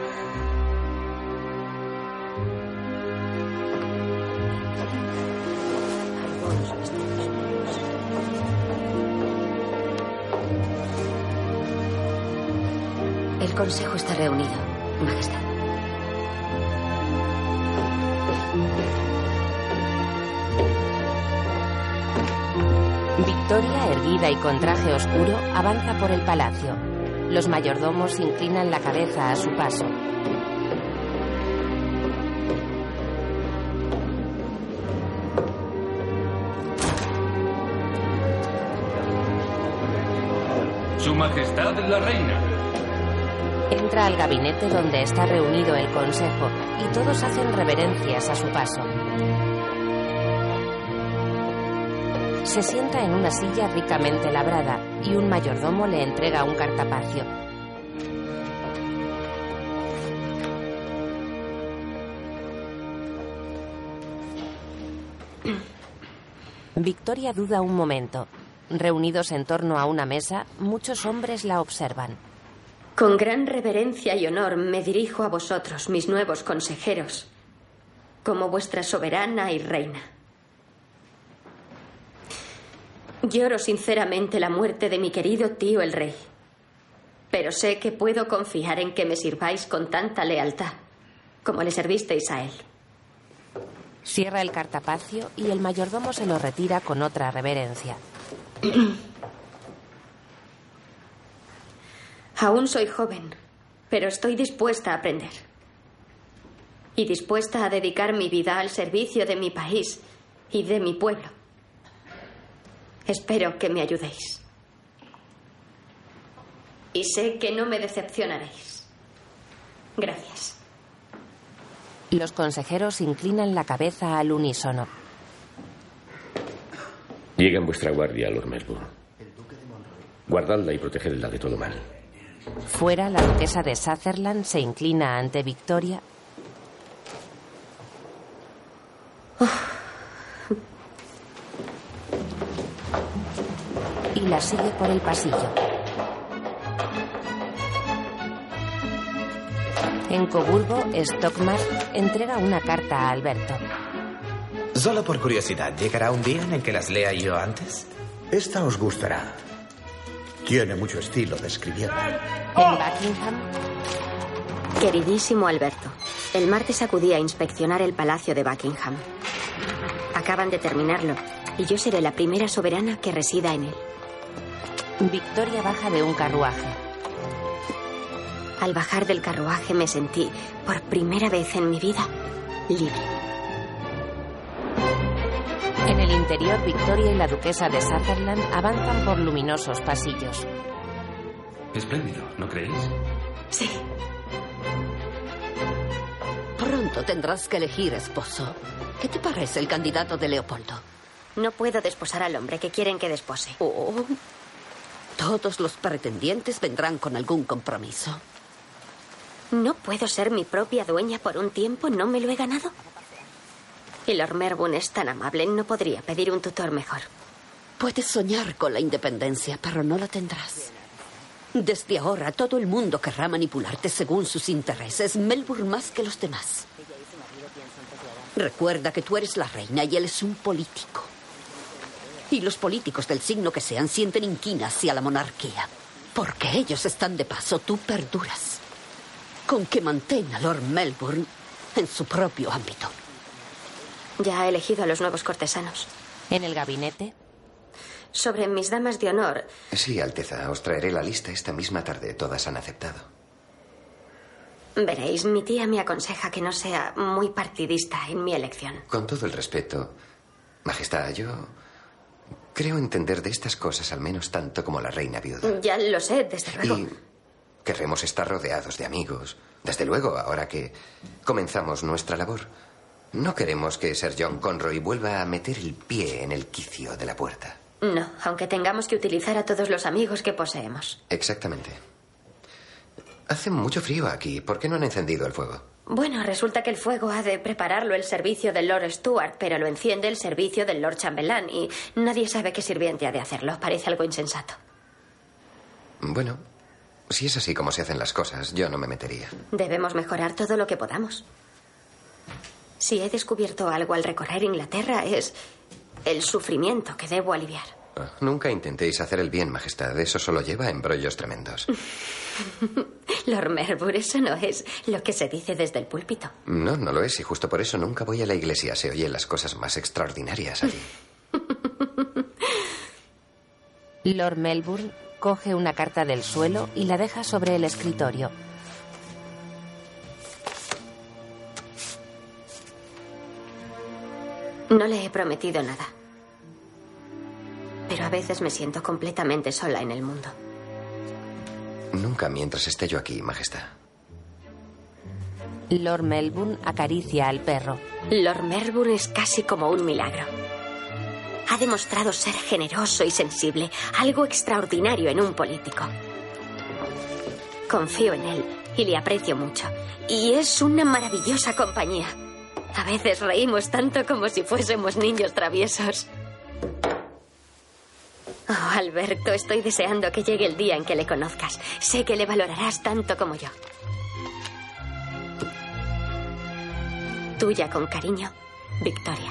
El consejo está reunido, Majestad. Victoria, erguida y con traje oscuro, avanza por el palacio. Los mayordomos inclinan la cabeza a su paso. Su Majestad la Reina. Entra al gabinete donde está reunido el consejo y todos hacen reverencias a su paso. Se sienta en una silla ricamente labrada y un mayordomo le entrega un cartapacio. Victoria duda un momento. Reunidos en torno a una mesa, muchos hombres la observan. Con gran reverencia y honor me dirijo a vosotros, mis nuevos consejeros, como vuestra soberana y reina. Lloro sinceramente la muerte de mi querido tío el rey, pero sé que puedo confiar en que me sirváis con tanta lealtad como le servisteis a él. Cierra el cartapacio y el mayordomo se lo retira con otra reverencia. Aún soy joven, pero estoy dispuesta a aprender. Y dispuesta a dedicar mi vida al servicio de mi país y de mi pueblo. Espero que me ayudéis. Y sé que no me decepcionaréis. Gracias. Los consejeros inclinan la cabeza al unísono. Llega en vuestra guardia, Lord Melbourne. Guardadla y protegedla de todo mal. Fuera, la duquesa de Sutherland se inclina ante Victoria. Y la sigue por el pasillo. En Coburgo, Stockmar entrega una carta a Alberto. Solo por curiosidad, ¿llegará un día en el que las lea yo antes? Esta os gustará. Tiene mucho estilo de escribiendo. En Buckingham. Queridísimo Alberto, el martes acudí a inspeccionar el palacio de Buckingham. Acaban de terminarlo y yo seré la primera soberana que resida en él. Victoria baja de un carruaje. Al bajar del carruaje me sentí, por primera vez en mi vida, libre. En el interior, Victoria y la duquesa de Sutherland avanzan por luminosos pasillos. Espléndido, ¿no creéis? Sí. Pronto tendrás que elegir esposo. ¿Qué te parece el candidato de Leopoldo? No puedo desposar al hombre que quieren que despose. Oh, todos los pretendientes vendrán con algún compromiso. ¿No puedo ser mi propia dueña por un tiempo? ¿No me lo he ganado? Y Lord Melbourne es tan amable, no podría pedir un tutor mejor. Puedes soñar con la independencia, pero no la tendrás. Desde ahora todo el mundo querrá manipularte según sus intereses, Melbourne más que los demás. Recuerda que tú eres la reina y él es un político. Y los políticos del signo que sean sienten inquina hacia la monarquía. Porque ellos están de paso, tú perduras. Con que mantenga a Lord Melbourne en su propio ámbito. Ya ha elegido a los nuevos cortesanos. En el gabinete. Sobre mis damas de honor. Sí, Alteza, os traeré la lista esta misma tarde. Todas han aceptado. Veréis, mi tía me aconseja que no sea muy partidista en mi elección. Con todo el respeto, Majestad, yo creo entender de estas cosas al menos tanto como la reina viuda. Ya lo sé, desde luego. Y querremos estar rodeados de amigos. Desde luego, ahora que comenzamos nuestra labor. No queremos que Sir John Conroy vuelva a meter el pie en el quicio de la puerta. No, aunque tengamos que utilizar a todos los amigos que poseemos. Exactamente. Hace mucho frío aquí. ¿Por qué no han encendido el fuego? Bueno, resulta que el fuego ha de prepararlo el servicio del Lord Stuart, pero lo enciende el servicio del Lord Chambelán y nadie sabe qué sirviente ha de hacerlo. Parece algo insensato. Bueno, si es así como se hacen las cosas, yo no me metería. Debemos mejorar todo lo que podamos. Si he descubierto algo al recorrer Inglaterra es el sufrimiento que debo aliviar. Nunca intentéis hacer el bien, Majestad. Eso solo lleva a embrollos tremendos. Lord Melbourne, eso no es lo que se dice desde el púlpito. No, no lo es, y justo por eso nunca voy a la iglesia. Se oyen las cosas más extraordinarias allí. Lord Melbourne coge una carta del suelo y la deja sobre el escritorio. No le he prometido nada. Pero a veces me siento completamente sola en el mundo. Nunca mientras esté yo aquí, Majestad. Lord Melbourne acaricia al perro. Lord Melbourne es casi como un milagro. Ha demostrado ser generoso y sensible, algo extraordinario en un político. Confío en él y le aprecio mucho. Y es una maravillosa compañía. A veces reímos tanto como si fuésemos niños traviesos. Oh, Alberto, estoy deseando que llegue el día en que le conozcas. Sé que le valorarás tanto como yo. Tuya con cariño, Victoria.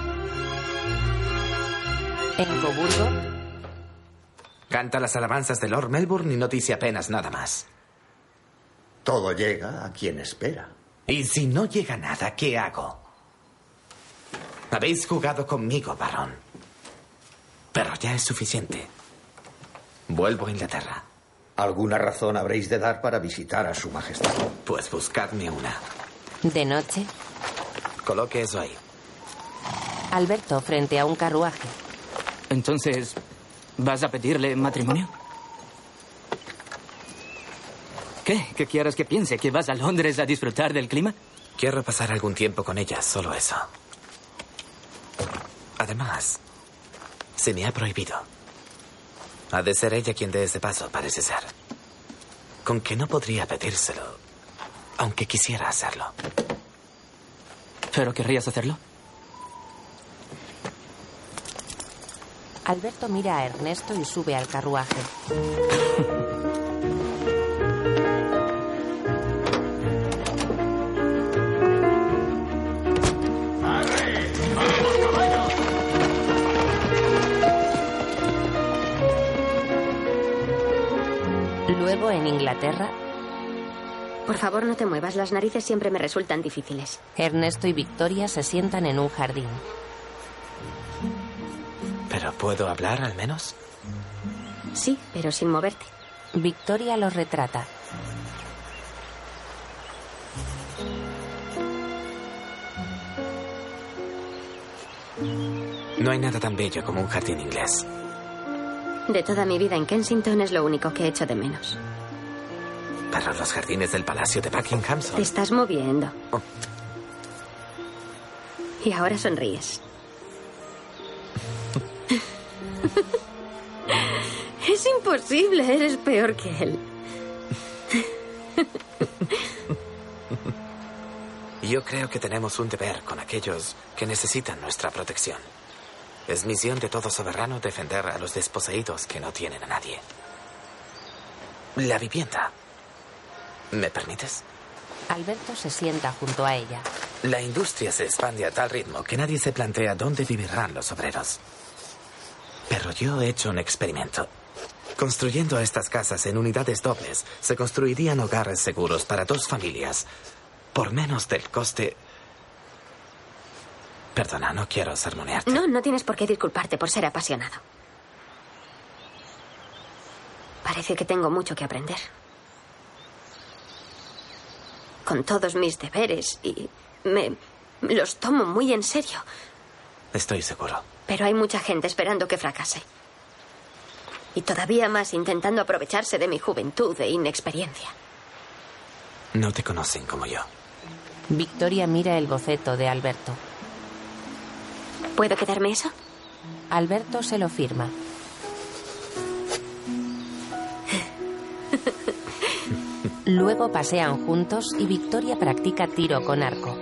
En Coburgo. Canta las alabanzas de Lord Melbourne y no dice apenas nada más. Todo llega a quien espera. Y si no llega nada, ¿qué hago? Habéis jugado conmigo, barón. Pero ya es suficiente. Vuelvo a Inglaterra. ¿Alguna razón habréis de dar para visitar a su majestad? Pues buscadme una. De noche. Coloque eso ahí. Alberto frente a un carruaje. Entonces, ¿vas a pedirle matrimonio? ¿Qué? ¿Qué quieres que piense? ¿Que vas a Londres a disfrutar del clima? Quiero pasar algún tiempo con ella, solo eso. Además, se me ha prohibido. Ha de ser ella quien dé ese paso, parece ser. Con que no podría pedírselo, aunque quisiera hacerlo. ¿Pero querrías hacerlo? Alberto mira a Ernesto y sube al carruaje. Luego, en Inglaterra. Por favor, no te muevas. Las narices siempre me resultan difíciles. Ernesto y Victoria se sientan en un jardín. ¿Pero puedo hablar, al menos? Sí, pero sin moverte. Victoria los retrata. No hay nada tan bello como un jardín inglés. De toda mi vida en Kensington es lo único que echo de menos. Pero los jardines del Palacio de Buckingham son... Te estás moviendo. Oh. Y ahora sonríes. Es imposible, eres peor que él. Yo creo que tenemos un deber con aquellos que necesitan nuestra protección. Es misión de todo soberano defender a los desposeídos que no tienen a nadie. La vivienda. ¿Me permites? Alberto se sienta junto a ella. La industria se expande a tal ritmo que nadie se plantea dónde vivirán los obreros. Pero yo he hecho un experimento. Construyendo estas casas en unidades dobles, se construirían hogares seguros para 2 familias por menos del coste Perdona, no quiero sermonearte. No, no tienes por qué disculparte por ser apasionado. Parece que tengo mucho que aprender. Con todos mis deberes y me los tomo muy en serio. Estoy seguro. Pero hay mucha gente esperando que fracase. Y todavía más intentando aprovecharse de mi juventud e inexperiencia. No te conocen como yo. Victoria mira el boceto de Alberto. ¿Puedo quedarme eso? Alberto se lo firma. Luego pasean juntos y Victoria practica tiro con arco.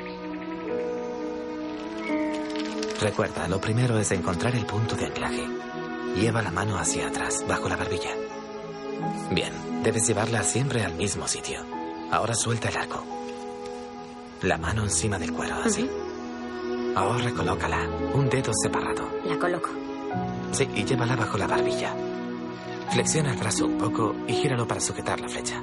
Recuerda, lo primero es encontrar el punto de anclaje. Lleva la mano hacia atrás, bajo la barbilla. Bien, debes llevarla siempre al mismo sitio. Ahora suelta el arco. La mano encima del cuero, así. Ahora colócala, un dedo separado. La coloco. Sí, y llévala bajo la barbilla. Flexiona el brazo un poco y gíralo para sujetar la flecha.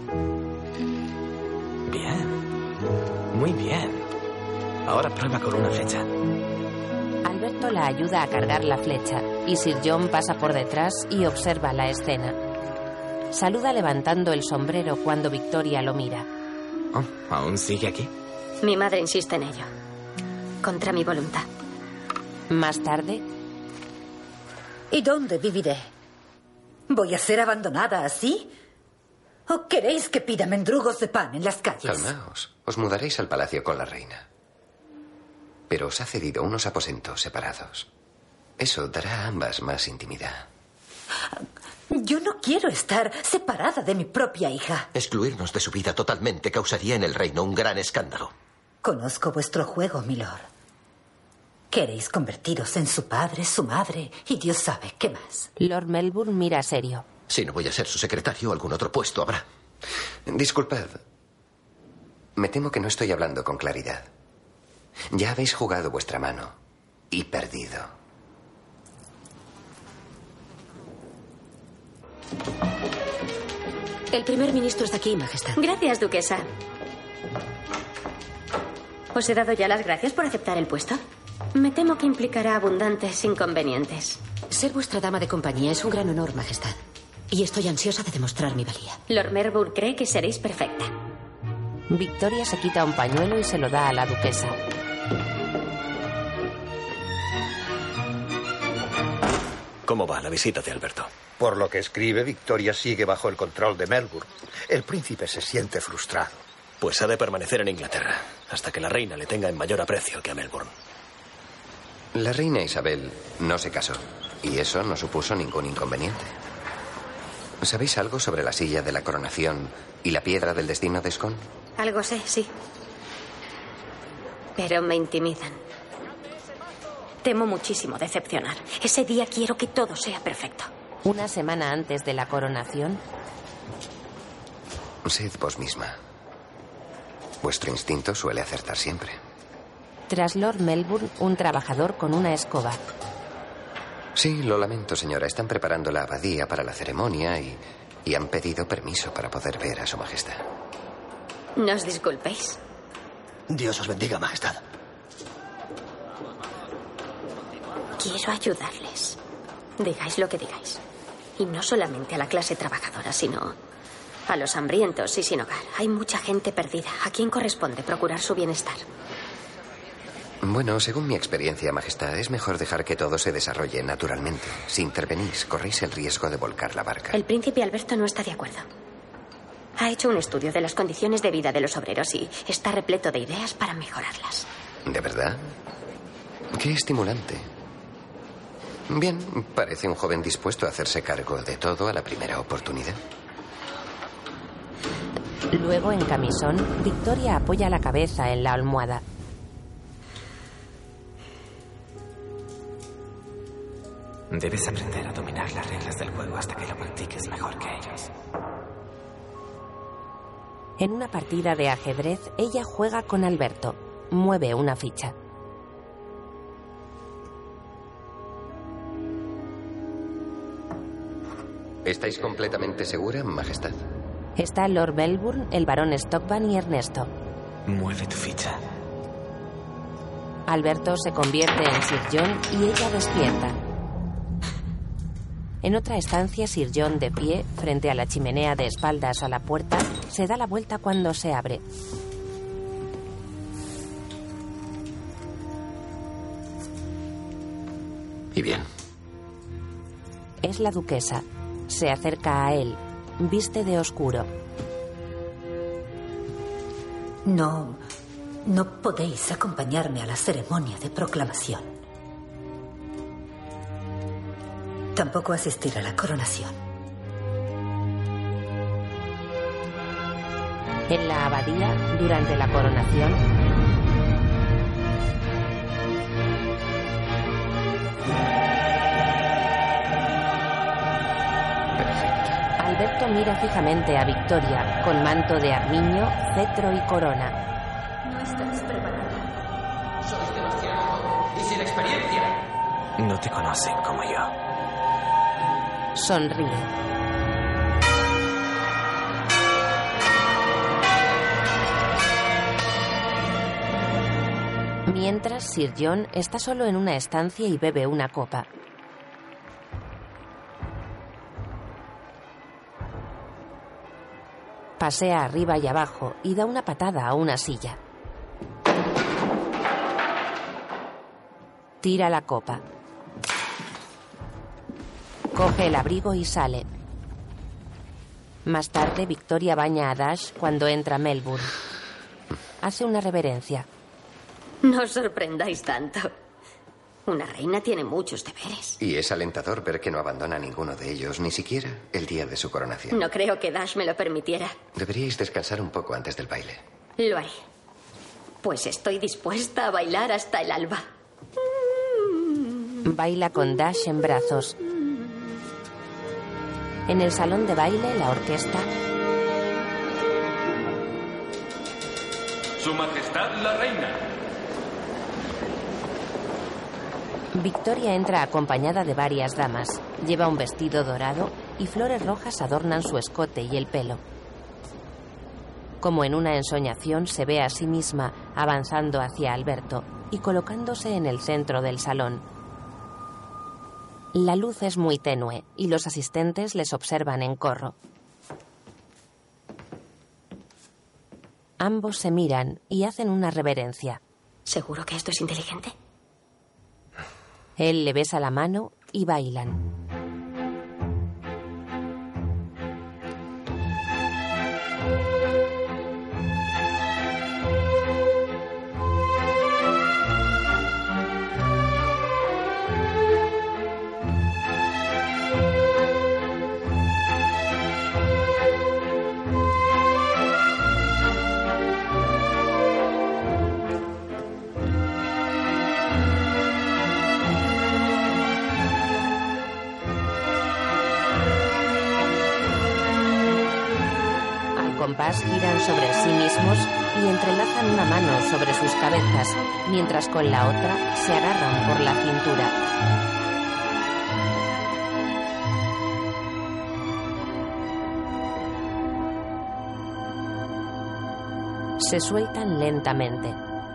Bien. Muy bien. Ahora prueba con una flecha. Alberto la ayuda a cargar la flecha y Sir John pasa por detrás y observa la escena. Saluda levantando el sombrero cuando Victoria lo mira. Oh, ¿aún sigue aquí? Mi madre insiste en ello. Contra mi voluntad. Más tarde. ¿Y dónde viviré? ¿Voy a ser abandonada así? ¿O queréis que pida mendrugos de pan en las calles? Calmaos. Os mudaréis al palacio con la reina. Pero os ha cedido unos aposentos separados. Eso dará a ambas más intimidad. Yo no quiero estar separada de mi propia hija. Excluirnos de su vida totalmente causaría en el reino un gran escándalo. Conozco vuestro juego, milord. Queréis convertiros en su padre, su madre y Dios sabe qué más. Lord Melbourne mira serio. Si no voy a ser su secretario, algún otro puesto habrá. Disculpad. Me temo que no estoy hablando con claridad. Ya habéis jugado vuestra mano y perdido. El primer ministro está aquí, Majestad. Gracias, duquesa. ¿Os he dado ya las gracias por aceptar el puesto? Me temo que implicará abundantes inconvenientes. Ser vuestra dama de compañía es un gran honor, Majestad. Y estoy ansiosa de demostrar mi valía. Lord Melbourne cree que seréis perfecta. Victoria se quita un pañuelo y se lo da a la duquesa. ¿Cómo va la visita de Alberto? Por lo que escribe, Victoria sigue bajo el control de Melbourne. El príncipe se siente frustrado. Pues ha de permanecer en Inglaterra, hasta que la reina le tenga en mayor aprecio que a Melbourne. La reina Isabel no se casó, y eso no supuso ningún inconveniente. ¿Sabéis algo sobre la silla de la coronación y la piedra del destino de Scone? Algo sé, sí. Pero me intimidan. Temo muchísimo decepcionar. Ese día quiero que todo sea perfecto. Una semana antes de la coronación. Sed vos misma. Vuestro instinto suele acertar siempre. Tras Lord Melbourne, un trabajador con una escoba. Sí, lo lamento, señora. Están preparando la abadía para la ceremonia y han pedido permiso para poder ver a su majestad. No os disculpéis. Dios os bendiga, Majestad. Quiero ayudarles. Digáis lo que digáis. Y no solamente a la clase trabajadora, sino a los hambrientos y sin hogar. Hay mucha gente perdida. ¿A quién corresponde procurar su bienestar? Bueno, según mi experiencia, Majestad, es mejor dejar que todo se desarrolle naturalmente. Si intervenís, corréis el riesgo de volcar la barca. El príncipe Alberto no está de acuerdo. Ha hecho un estudio de las condiciones de vida de los obreros y está repleto de ideas para mejorarlas. ¿De verdad? Qué estimulante. Bien, parece un joven dispuesto a hacerse cargo de todo a la primera oportunidad. Luego, en camisón, Victoria apoya la cabeza en la almohada. Debes aprender a dominar las reglas del juego hasta que lo practiques mejor que ellos. En una partida de ajedrez, ella juega con Alberto. Mueve una ficha. ¿Estáis completamente segura, Majestad? Está Lord Melbourne, el barón Stockman y Ernesto. Mueve tu ficha. Alberto se convierte en Sir John y ella despierta. En otra estancia, Sir John, de pie, frente a la chimenea de espaldas a la puerta, se da la vuelta cuando se abre. ¿Y bien? Es la duquesa. Se acerca a él. Viste de oscuro. No podéis acompañarme a la ceremonia de proclamación. Tampoco asistir a la coronación. En la abadía, durante la coronación, Alberto mira fijamente a Victoria, con manto de armiño, cetro y corona. No estás preparada. Sois demasiado joven y sin experiencia. No te conocen como yo. Sonríe. Mientras, Sir John está solo en una estancia y bebe una copa. Pasea arriba y abajo y da una patada a una silla. Tira la copa. Coge el abrigo y sale. Más tarde, Victoria baña a Dash cuando entra Melbourne. Hace una reverencia. No os sorprendáis tanto. Una reina tiene muchos deberes. Y es alentador ver que no abandona ninguno de ellos, ni siquiera el día de su coronación. No creo que Dash me lo permitiera. Deberíais descansar un poco antes del baile. Lo haré. Pues estoy dispuesta a bailar hasta el alba. Baila con Dash en brazos. En el salón de baile, la orquesta. Su Majestad la Reina. Victoria entra acompañada de varias damas. Lleva un vestido dorado y flores rojas adornan su escote y el pelo. Como en una ensoñación, se ve a sí misma avanzando hacia Alberto y colocándose en el centro del salón. La luz es muy tenue y los asistentes les observan en corro. Ambos se miran y hacen una reverencia. ¿Seguro que esto es inteligente? Él le besa la mano y bailan. Giran sobre sí mismos y entrelazan una mano sobre sus cabezas, mientras con la otra se agarran por la cintura. Se sueltan lentamente.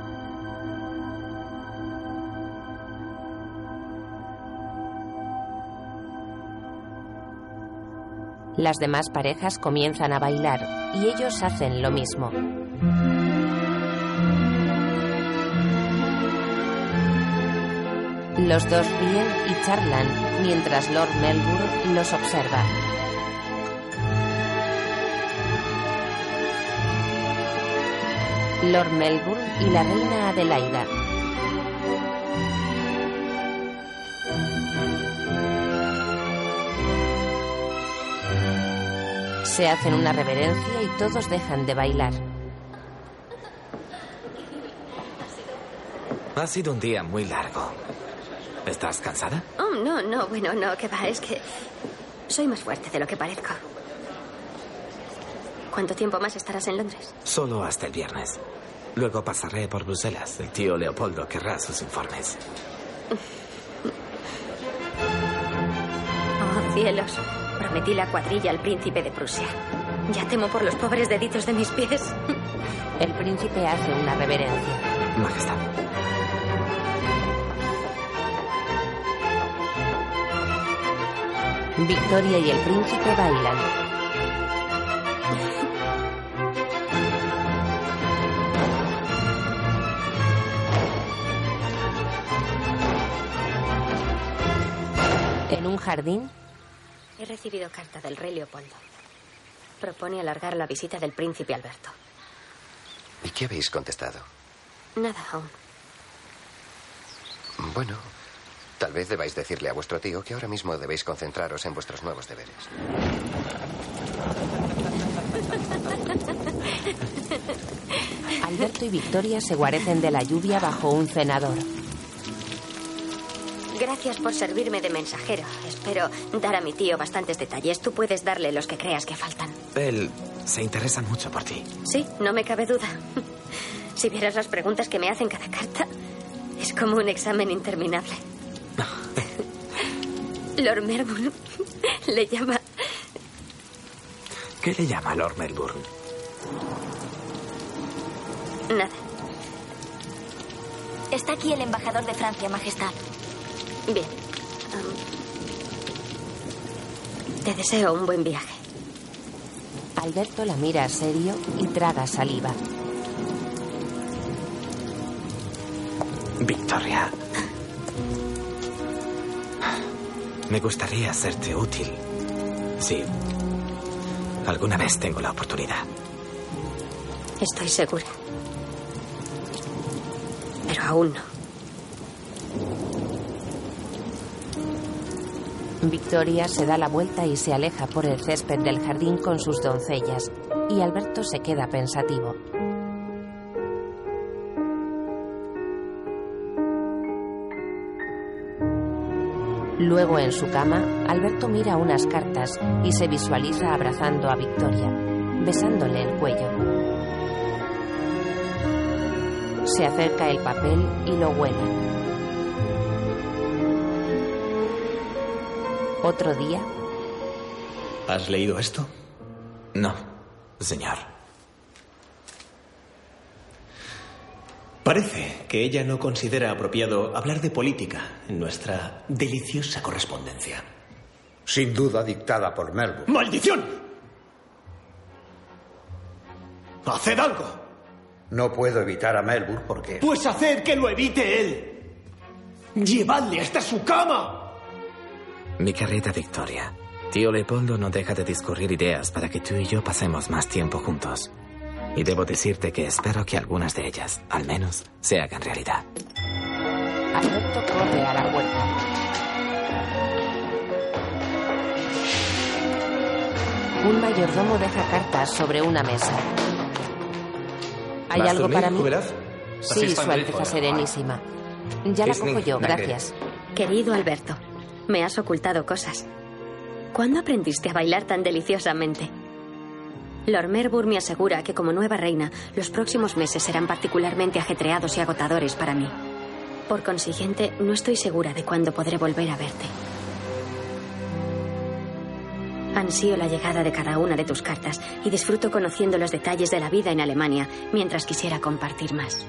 Las demás parejas comienzan a bailar y ellos hacen lo mismo. Los dos ríen y charlan mientras Lord Melbourne los observa. Lord Melbourne y la reina Adelaida. Se hacen una reverencia y todos dejan de bailar. Ha sido un día muy largo. ¿Estás cansada? Oh, no, bueno, no, que va, es que soy más fuerte de lo que parezco. ¿Cuánto tiempo más estarás en Londres? Solo hasta el viernes. Luego pasaré por Bruselas. El tío Leopoldo querrá sus informes. Oh, cielos. Prometí la cuadrilla al príncipe de Prusia. Ya temo por los pobres deditos de mis pies. El príncipe hace una reverencia. Majestad. Victoria y el príncipe bailan. En un jardín. He recibido carta del rey Leopoldo. Propone alargar la visita del príncipe Alberto. ¿Y qué habéis contestado? Nada aún. Bueno, tal vez debáis decirle a vuestro tío que ahora mismo debéis concentraros en vuestros nuevos deberes. Alberto y Victoria se guarecen de la lluvia bajo un cenador. Gracias por servirme de mensajero. Espero dar a mi tío bastantes detalles. Tú puedes darle los que creas que faltan. Él se interesa mucho por ti. Sí, no me cabe duda. Si vieras las preguntas que me hacen cada carta, es como un examen interminable. Lord Melbourne le llama... ¿Qué le llama Lord Melbourne? Nada. Está aquí el embajador de Francia, Majestad. Bien. Te deseo un buen viaje. Alberto la mira serio y traga saliva. Victoria. Me gustaría serte útil. Sí. Alguna vez tengo la oportunidad. Estoy segura. Pero aún no. Victoria se da la vuelta y se aleja por el césped del jardín con sus doncellas, y Alberto se queda pensativo. Luego, en su cama, Alberto mira unas cartas y se visualiza abrazando a Victoria, besándole el cuello. Se acerca el papel y lo huele. Otro día. ¿Has leído esto? No, señor. Parece que ella no considera apropiado hablar de política en nuestra deliciosa correspondencia. Sin duda dictada por Melbourne. ¡Maldición! ¡Haced algo! No puedo evitar a Melbourne porque... Pues haced que lo evite él. ¡Llevadle hasta su cama! Mi querida Victoria, tío Leopoldo no deja de discurrir ideas para que tú y yo pasemos más tiempo juntos. Y debo decirte que espero que algunas de ellas, al menos, se hagan realidad. Alberto corre a la puerta. Un mayordomo deja cartas sobre una mesa. ¿Hay algo para mí? Sí, Su Alteza Serenísima. Ya la cojo yo, gracias. Querido Alberto, me has ocultado cosas. ¿Cuándo aprendiste a bailar tan deliciosamente? Lord Melbourne me asegura que como nueva reina, los próximos meses serán particularmente ajetreados y agotadores para mí. Por consiguiente, no estoy segura de cuándo podré volver a verte. Ansío la llegada de cada una de tus cartas y disfruto conociendo los detalles de la vida en Alemania, mientras quisiera compartir más.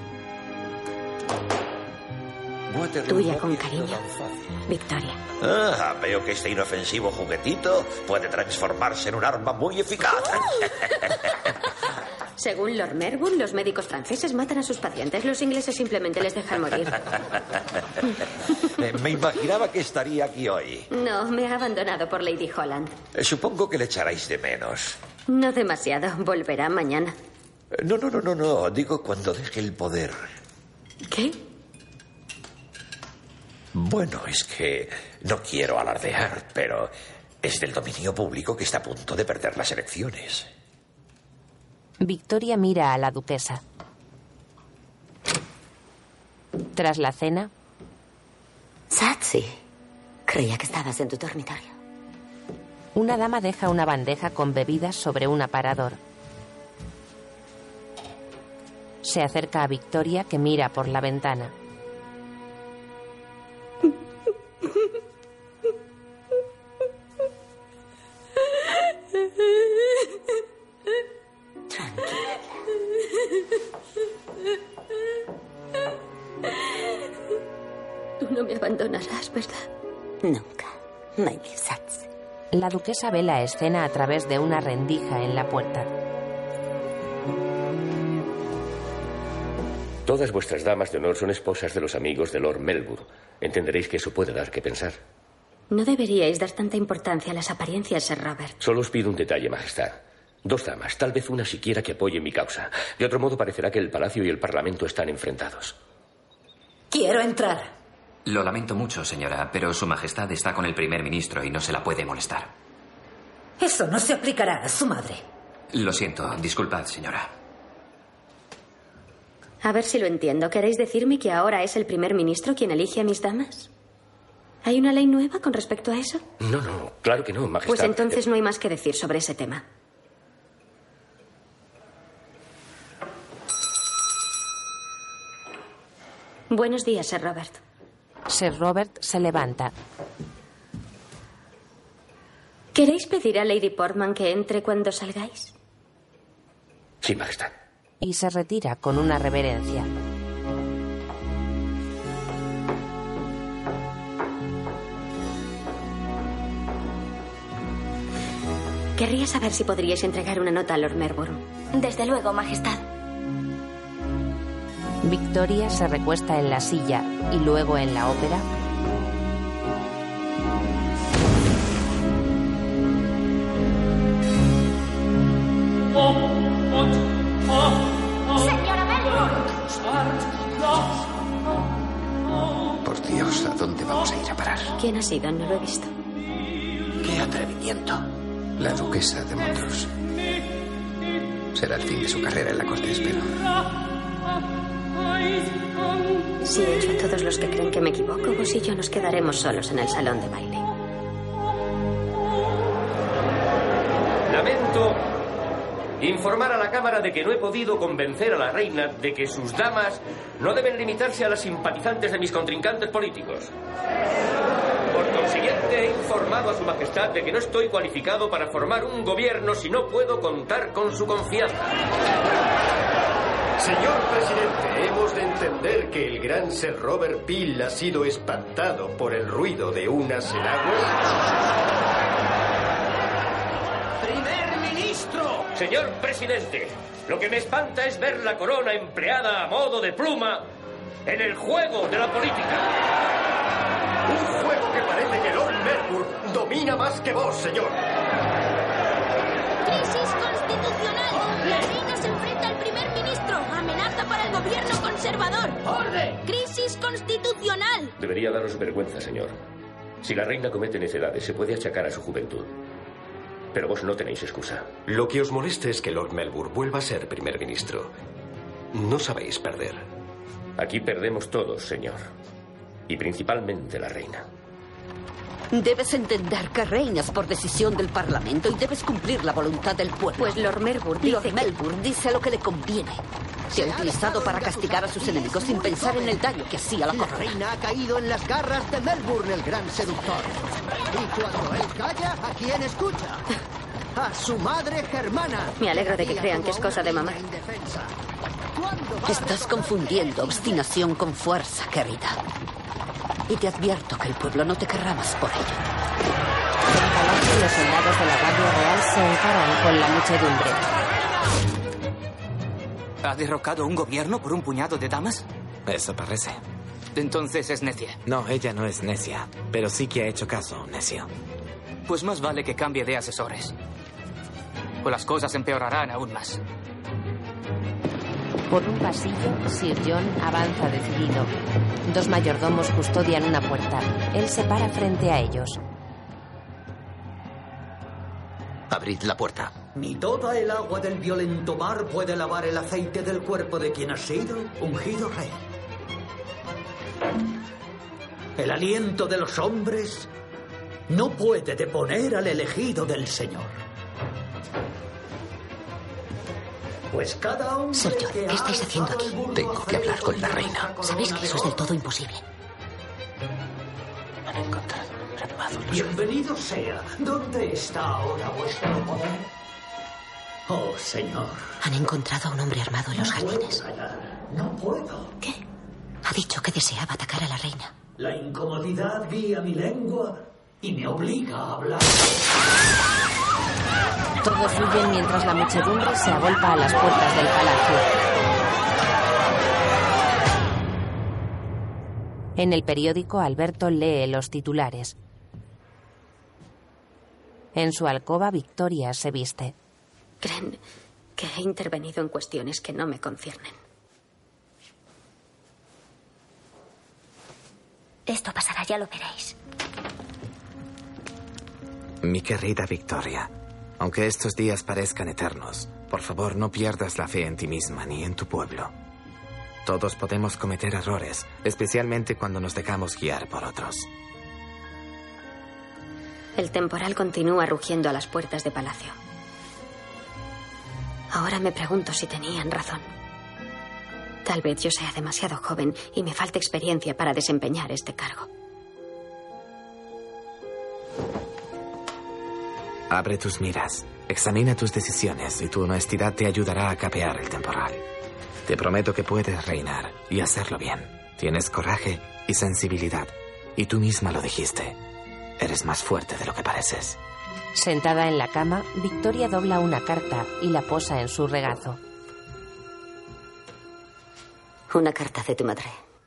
Tuya con cariño, Victoria. Ah, veo que este inofensivo juguetito puede transformarse en un arma muy eficaz. Según Lord Melbourne, los médicos franceses matan a sus pacientes. Los ingleses simplemente les dejan morir. Me imaginaba que estaría aquí hoy. No, me ha abandonado por Lady Holland. Supongo que le echaréis de menos. No demasiado. Volverá mañana. No. Digo cuando deje el poder. ¿Qué? Bueno, es que no quiero alardear, pero es del dominio público que está a punto de perder las elecciones. Victoria mira a la duquesa. Tras la cena... Satsi, creía que estabas en tu dormitorio. Una dama deja una bandeja con bebidas sobre un aparador. Se acerca a Victoria, que mira por la ventana. Tú no me abandonarás, ¿verdad? Nunca, Lady Satsi. La duquesa ve la escena a través de una rendija en la puerta. Todas vuestras damas de honor son esposas de los amigos de Lord Melbourne. Entenderéis que eso puede dar que pensar. No deberíais dar tanta importancia a las apariencias, Sir Robert. Solo os pido un detalle, Majestad. 2 damas, tal vez una siquiera que apoye mi causa. De otro modo parecerá que el Palacio y el Parlamento están enfrentados. Quiero entrar. Lo lamento mucho, señora, pero Su Majestad está con el primer ministro y no se la puede molestar. Eso no se aplicará a su madre. Lo siento, disculpad, señora. A ver si lo entiendo. ¿Queréis decirme que ahora es el primer ministro quien elige a mis damas? ¿Hay una ley nueva con respecto a eso? No, claro que no, Majestad. Pues entonces no hay más que decir sobre ese tema. Buenos días, Sir Robert. Sir Robert se levanta. ¿Queréis pedir a Lady Portman que entre cuando salgáis? Sí, Majestad. Y se retira con una reverencia. Querría saber si podríais entregar una nota a Lord Melbourne. Desde luego, Majestad. Victoria se recuesta en la silla y luego en la ópera. ¡Señora Melbourne! Por Dios, ¿a dónde vamos a ir a parar? ¿Quién ha sido? No lo he visto. ¡Qué atrevimiento! La duquesa de Montrose. Será el fin de su carrera en la corte, espero. Si he hecho a todos los que creen que me equivoco, vos y yo nos quedaremos solos en el salón de baile. Lamento informar a la Cámara de que no he podido convencer a la reina de que sus damas no deben limitarse a las simpatizantes de mis contrincantes políticos. Por consiguiente, he informado a Su Majestad de que no estoy cualificado para formar un gobierno si no puedo contar con su confianza. Señor presidente, hemos de entender que el gran Sir Robert Peel ha sido espantado por el ruido de unas enaguas. ¡Primer ministro! Señor presidente, lo que me espanta es ver la corona empleada a modo de pluma en el juego de la política. Un juego que parece que Lord Melbourne domina más que vos, señor. ¡Crisis constitucional! La reina se enfrenta al primer ministro. Amenaza para el gobierno conservador. ¡Orden! ¡Crisis constitucional! Debería daros vergüenza, señor. Si la reina comete necedades, se puede achacar a su juventud. Pero vos no tenéis excusa. Lo que os molesta es que Lord Melbourne vuelva a ser primer ministro. No sabéis perder. Aquí perdemos todos, señor. Y principalmente la reina. Debes entender que reinas por decisión del Parlamento y debes cumplir la voluntad del pueblo. Pues Lord Melbourne dice lo que le conviene. Se ha utilizado para castigar a sus enemigos sin pensar en el daño que hacía la corona. La reina ha caído en las garras de Melbourne, el gran seductor. Y cuando él calla, ¿a quién escucha? A su madre germana. Me alegro de que crean que es cosa de mamá. Estás confundiendo obstinación con fuerza, querida. Y te advierto que el pueblo no te querrá más por ello. En Palacio, los soldados de la Guardia Real se encaran con la muchedumbre. ¿Ha derrocado un gobierno por un puñado de damas? Eso parece. Entonces es necia. No, ella no es necia, pero sí que ha hecho caso, necio. Pues más vale que cambie de asesores. O las cosas empeorarán aún más. Por un pasillo, Sir John avanza decidido. 2 mayordomos custodian una puerta. Él se para frente a ellos. Abrid la puerta. Ni toda el agua del violento mar puede lavar el aceite del cuerpo de quien ha sido ungido rey. El aliento de los hombres no puede deponer al elegido del Señor. Pues cada hombre... Sir John, ¿qué estáis haciendo aquí? Tengo que hablar con la reina. Sabéis que eso es del todo imposible. Han encontrado un armado. Bienvenido sea. ¿Dónde está ahora vuestro poder? Oh, Señor. Han encontrado a un hombre armado en los jardines. No puedo. ¿Qué? Ha dicho que deseaba atacar a la reina. La incomodidad guía mi lengua y me obliga a hablar. Todos huyen mientras la muchedumbre se agolpa a las puertas del palacio. En el periódico, Alberto lee los titulares. En su alcoba, Victoria se viste. Creen que he intervenido en cuestiones que no me conciernen. Esto pasará, ya lo veréis. Mi querida Victoria, aunque estos días parezcan eternos, por favor no pierdas la fe en ti misma ni en tu pueblo. Todos podemos cometer errores, especialmente cuando nos dejamos guiar por otros. El temporal continúa rugiendo a las puertas de palacio. Ahora me pregunto si tenían razón. Tal vez yo sea demasiado joven y me falte experiencia para desempeñar este cargo. Abre tus miras, examina tus decisiones y tu honestidad te ayudará a capear el temporal. Te prometo que puedes reinar y hacerlo bien. Tienes coraje y sensibilidad. Y tú misma lo dijiste. Eres más fuerte de lo que pareces. Sentada en la cama, Victoria dobla una carta y la posa en su regazo. Una carta de tu madre.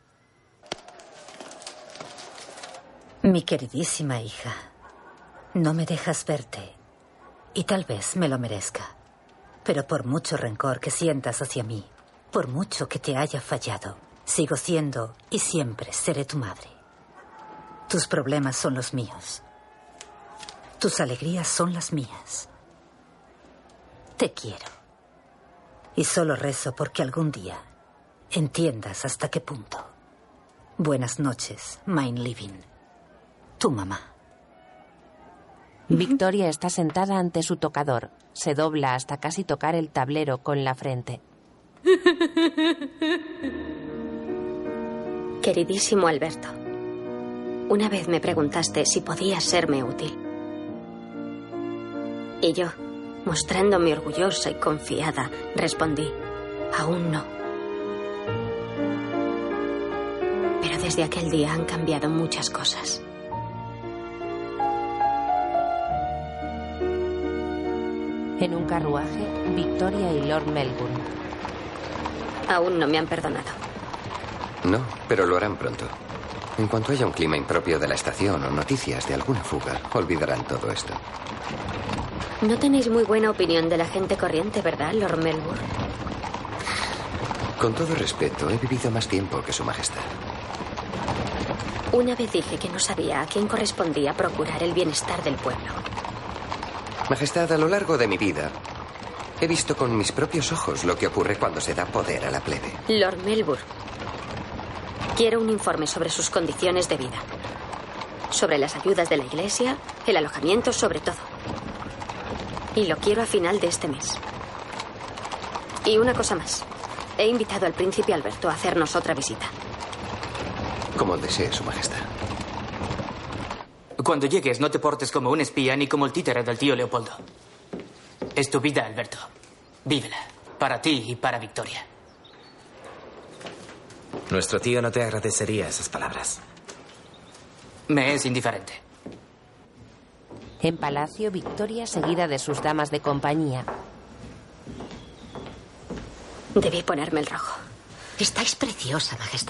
Mi queridísima hija, no me dejas verte. Y tal vez me lo merezca. Pero por mucho rencor que sientas hacia mí, por mucho que te haya fallado, sigo siendo y siempre seré tu madre. Tus problemas son los míos. Tus alegrías son las mías. Te quiero. Y solo rezo porque algún día entiendas hasta qué punto. Buenas noches, mein Living. Tu mamá. Victoria está sentada ante su tocador. Se dobla hasta casi tocar el tablero con la frente. Queridísimo Alberto, una vez me preguntaste si podías serme útil. Y yo, mostrándome orgullosa y confiada, respondí, aún no. Pero desde aquel día han cambiado muchas cosas. En un carruaje, Victoria y Lord Melbourne. Aún no me han perdonado. No, pero lo harán pronto. En cuanto haya un clima impropio de la estación o noticias de alguna fuga, olvidarán todo esto. No tenéis muy buena opinión de la gente corriente, ¿verdad, Lord Melbourne? Con todo respeto, he vivido más tiempo que Su Majestad. Una vez dije que no sabía a quién correspondía procurar el bienestar del pueblo. Majestad, a lo largo de mi vida, he visto con mis propios ojos lo que ocurre cuando se da poder a la plebe. Lord Melbourne, quiero un informe sobre sus condiciones de vida. Sobre las ayudas de la iglesia, el alojamiento, sobre todo. Y lo quiero a final de este mes. Y una cosa más. He invitado al príncipe Alberto a hacernos otra visita. Como desee, Su Majestad. Cuando llegues, no te portes como un espía ni como el títere del tío Leopoldo. Es tu vida, Alberto. Vívela. Para ti y para Victoria. Nuestro tío no te agradecería esas palabras. Me es indiferente. En palacio, Victoria seguida de sus damas de compañía. Debí ponerme el rojo. Estáis preciosa, Majestad.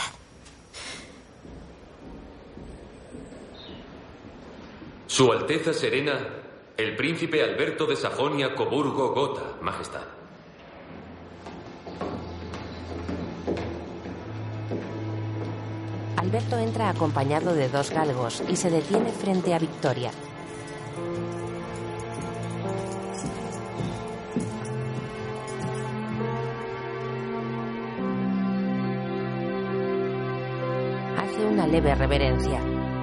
Su Alteza Serena, el príncipe Alberto de Sajonia-Coburgo-Gotha, Majestad. Alberto entra acompañado de 2 galgos y se detiene frente a Victoria. Hace una leve reverencia.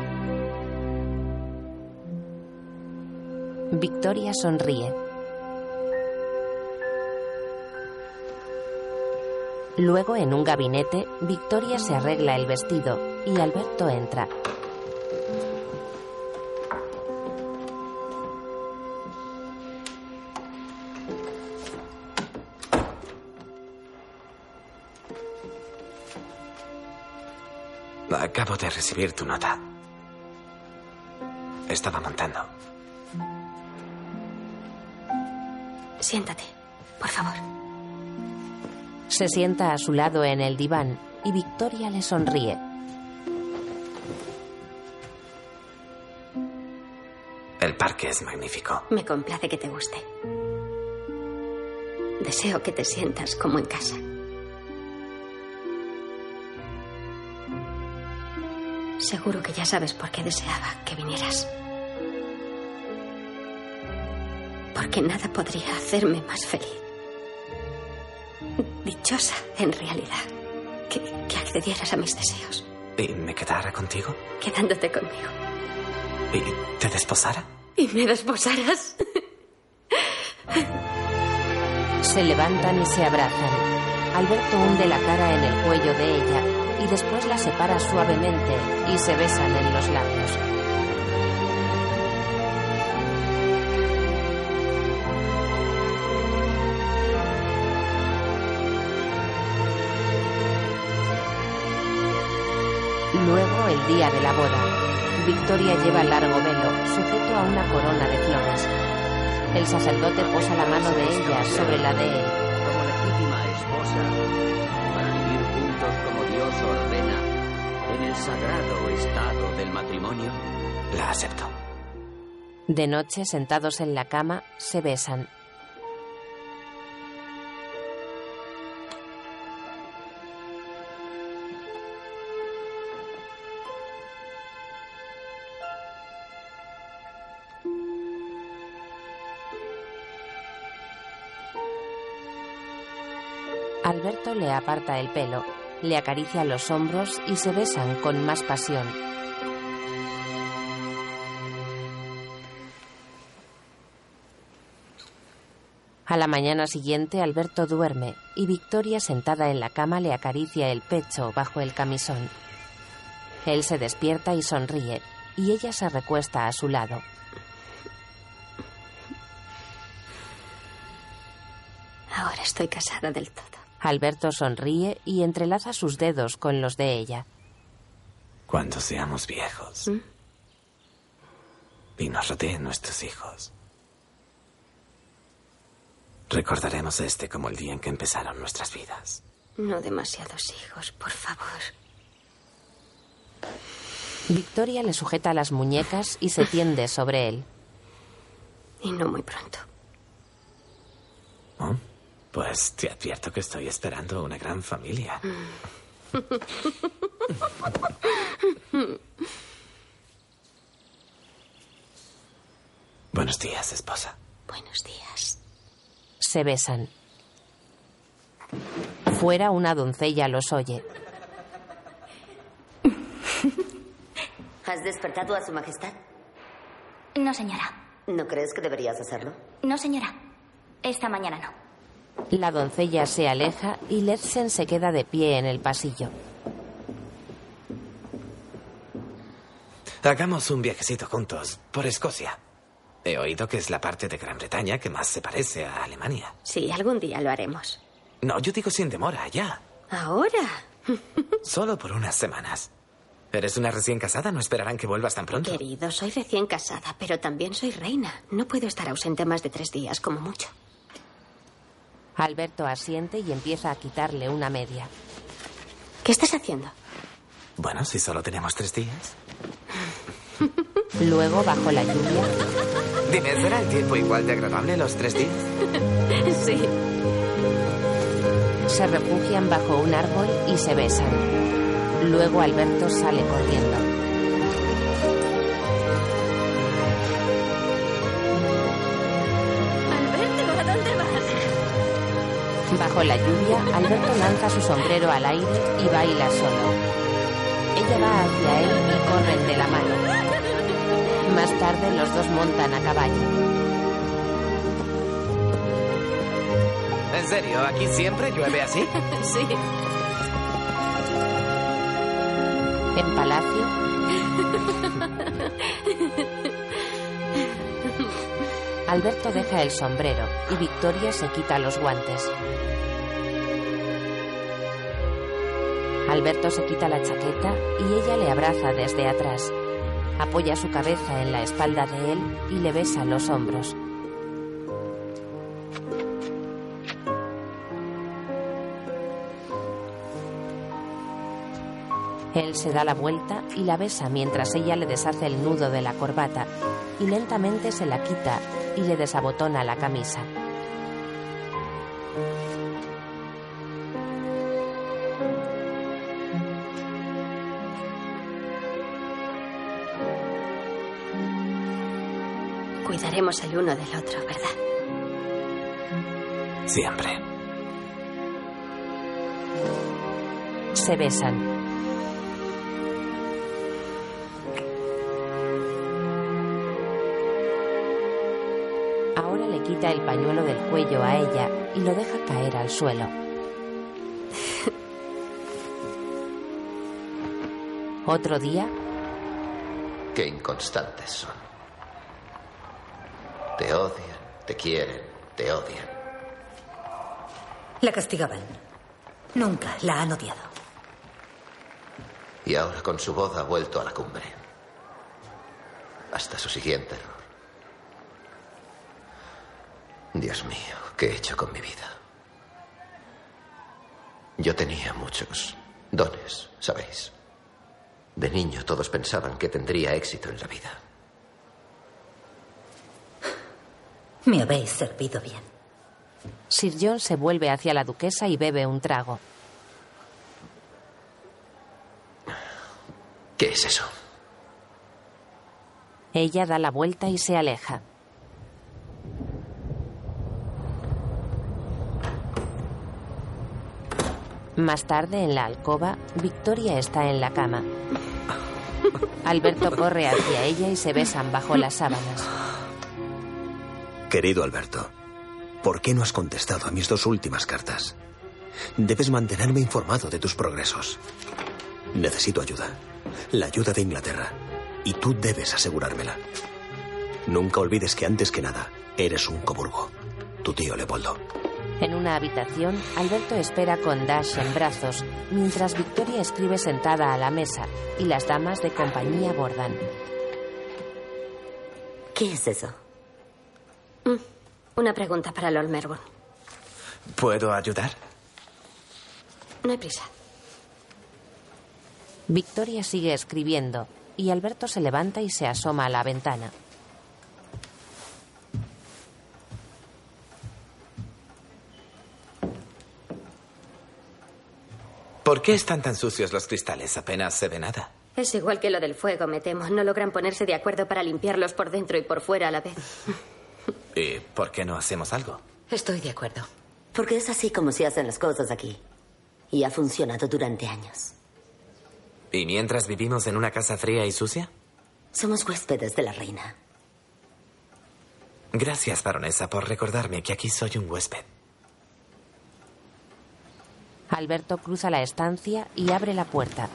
Victoria sonríe. Luego, en un gabinete, Victoria se arregla el vestido y Alberto entra. Acabo de recibir tu nota. Estaba montando. Siéntate, por favor. Se sienta a su lado en el diván y Victoria le sonríe. El parque es magnífico. Me complace que te guste. Deseo que te sientas como en casa. Seguro que ya sabes por qué deseaba que vinieras. Porque nada podría hacerme más feliz. Dichosa, en realidad, que accedieras a mis deseos. ¿Y me quedara contigo? Quedándote conmigo. ¿Y te desposara? ¿Y me desposaras? Se levantan y se abrazan. Alberto hunde la cara en el cuello de ella y después la separa suavemente y se besan en los labios. Luego, el día de la boda, Victoria lleva largo velo, sujeto a una corona de flores. El sacerdote posa la mano de ella sobre la de él. Como legítima esposa, para vivir juntos como Dios ordena, en el sagrado estado del matrimonio. La acepto. De noche, sentados en la cama, se besan. Alberto le aparta el pelo, le acaricia los hombros y se besan con más pasión. A la mañana siguiente, Alberto duerme y Victoria, sentada en la cama, le acaricia el pecho bajo el camisón. Él se despierta y sonríe, y ella se recuesta a su lado. Ahora estoy casada del todo. Alberto sonríe y entrelaza sus dedos con los de ella. Cuando seamos viejos y nos rodeen nuestros hijos, recordaremos este como el día en que empezaron nuestras vidas. No demasiados hijos, por favor. Victoria le sujeta las muñecas y se tiende sobre él. Y no muy pronto. ¿Oh? Pues te advierto que estoy esperando una gran familia. Buenos días, esposa. Buenos días. Se besan. Fuera, una doncella los oye. ¿Has despertado a su majestad? No, señora. ¿No crees que deberías hacerlo? No, señora. Esta mañana no. La doncella se aleja y Ledsen se queda de pie en el pasillo. Hagamos un viajecito juntos por Escocia. He oído que es la parte de Gran Bretaña que más se parece a Alemania. Sí, algún día lo haremos. No, yo digo sin demora, ya. ¿Ahora? Solo por unas semanas. ¿Eres una recién casada? ¿No esperarán que vuelvas tan pronto? Querido, soy recién casada, pero también soy reina. No puedo estar ausente más de 3 días, como mucho. Alberto asiente y empieza a quitarle una media. ¿Qué estás haciendo? Bueno, si solo tenemos 3 días. Luego, bajo la lluvia... Dime, ¿será el tiempo igual de agradable los 3 días? Sí. Se refugian bajo un árbol y se besan. Luego Alberto sale corriendo. Alberto, ¿a dónde vas? Bajo la lluvia, Alberto lanza su sombrero al aire y baila solo. Ella va hacia él y corren de la mano. Más tarde, los dos montan a caballo. ¿En serio? ¿Aquí siempre llueve así? Sí. En palacio... Alberto deja el sombrero y Victoria se quita los guantes. Alberto se quita la chaqueta y ella le abraza desde atrás. Apoya su cabeza en la espalda de él y le besa los hombros. Él se da la vuelta y la besa mientras ella le deshace el nudo de la corbata y lentamente se la quita y le desabotona la camisa. Cuidaremos el uno del otro, ¿verdad? Siempre. Se besan. Ahora le quita el pañuelo del cuello a ella y lo deja caer al suelo. Otro día. Qué inconstantes son. Te odian, te quieren, te odian. La castigaban. Nunca la han odiado. Y ahora con su boda ha vuelto a la cumbre. Hasta su siguiente error. Dios mío, ¿qué he hecho con mi vida? Yo tenía muchos dones, ¿sabéis? De niño todos pensaban que tendría éxito en la vida. Me habéis servido bien. Sir John se vuelve hacia la duquesa y bebe un trago. ¿Qué es eso? Ella da la vuelta y se aleja. Más tarde, en la alcoba, Victoria está en la cama. Alberto corre hacia ella y se besan bajo las sábanas. Querido Alberto, ¿por qué no has contestado a mis 2 últimas cartas? Debes mantenerme informado de tus progresos. Necesito ayuda. La ayuda de Inglaterra. Y tú debes asegurármela. Nunca olvides que antes que nada, eres un coburgo. Tu tío Leopoldo. En una habitación, Alberto espera con Dash en brazos, mientras Victoria escribe sentada a la mesa y las damas de compañía abordan. ¿Qué es eso? Una pregunta para Lord Melbourne. ¿Puedo ayudar? No hay prisa. Victoria sigue escribiendo y Alberto se levanta y se asoma a la ventana. ¿Por qué están tan sucios los cristales? Apenas se ve nada. Es igual que lo del fuego, me temo. No logran ponerse de acuerdo para limpiarlos por dentro y por fuera a la vez. ¿Y por qué no hacemos algo? Estoy de acuerdo. Porque es así como se hacen las cosas aquí. Y ha funcionado durante años. ¿Y mientras vivimos en una casa fría y sucia? Somos huéspedes de la reina. Gracias, baronesa, por recordarme que aquí soy un huésped. Alberto cruza la estancia y abre la puerta.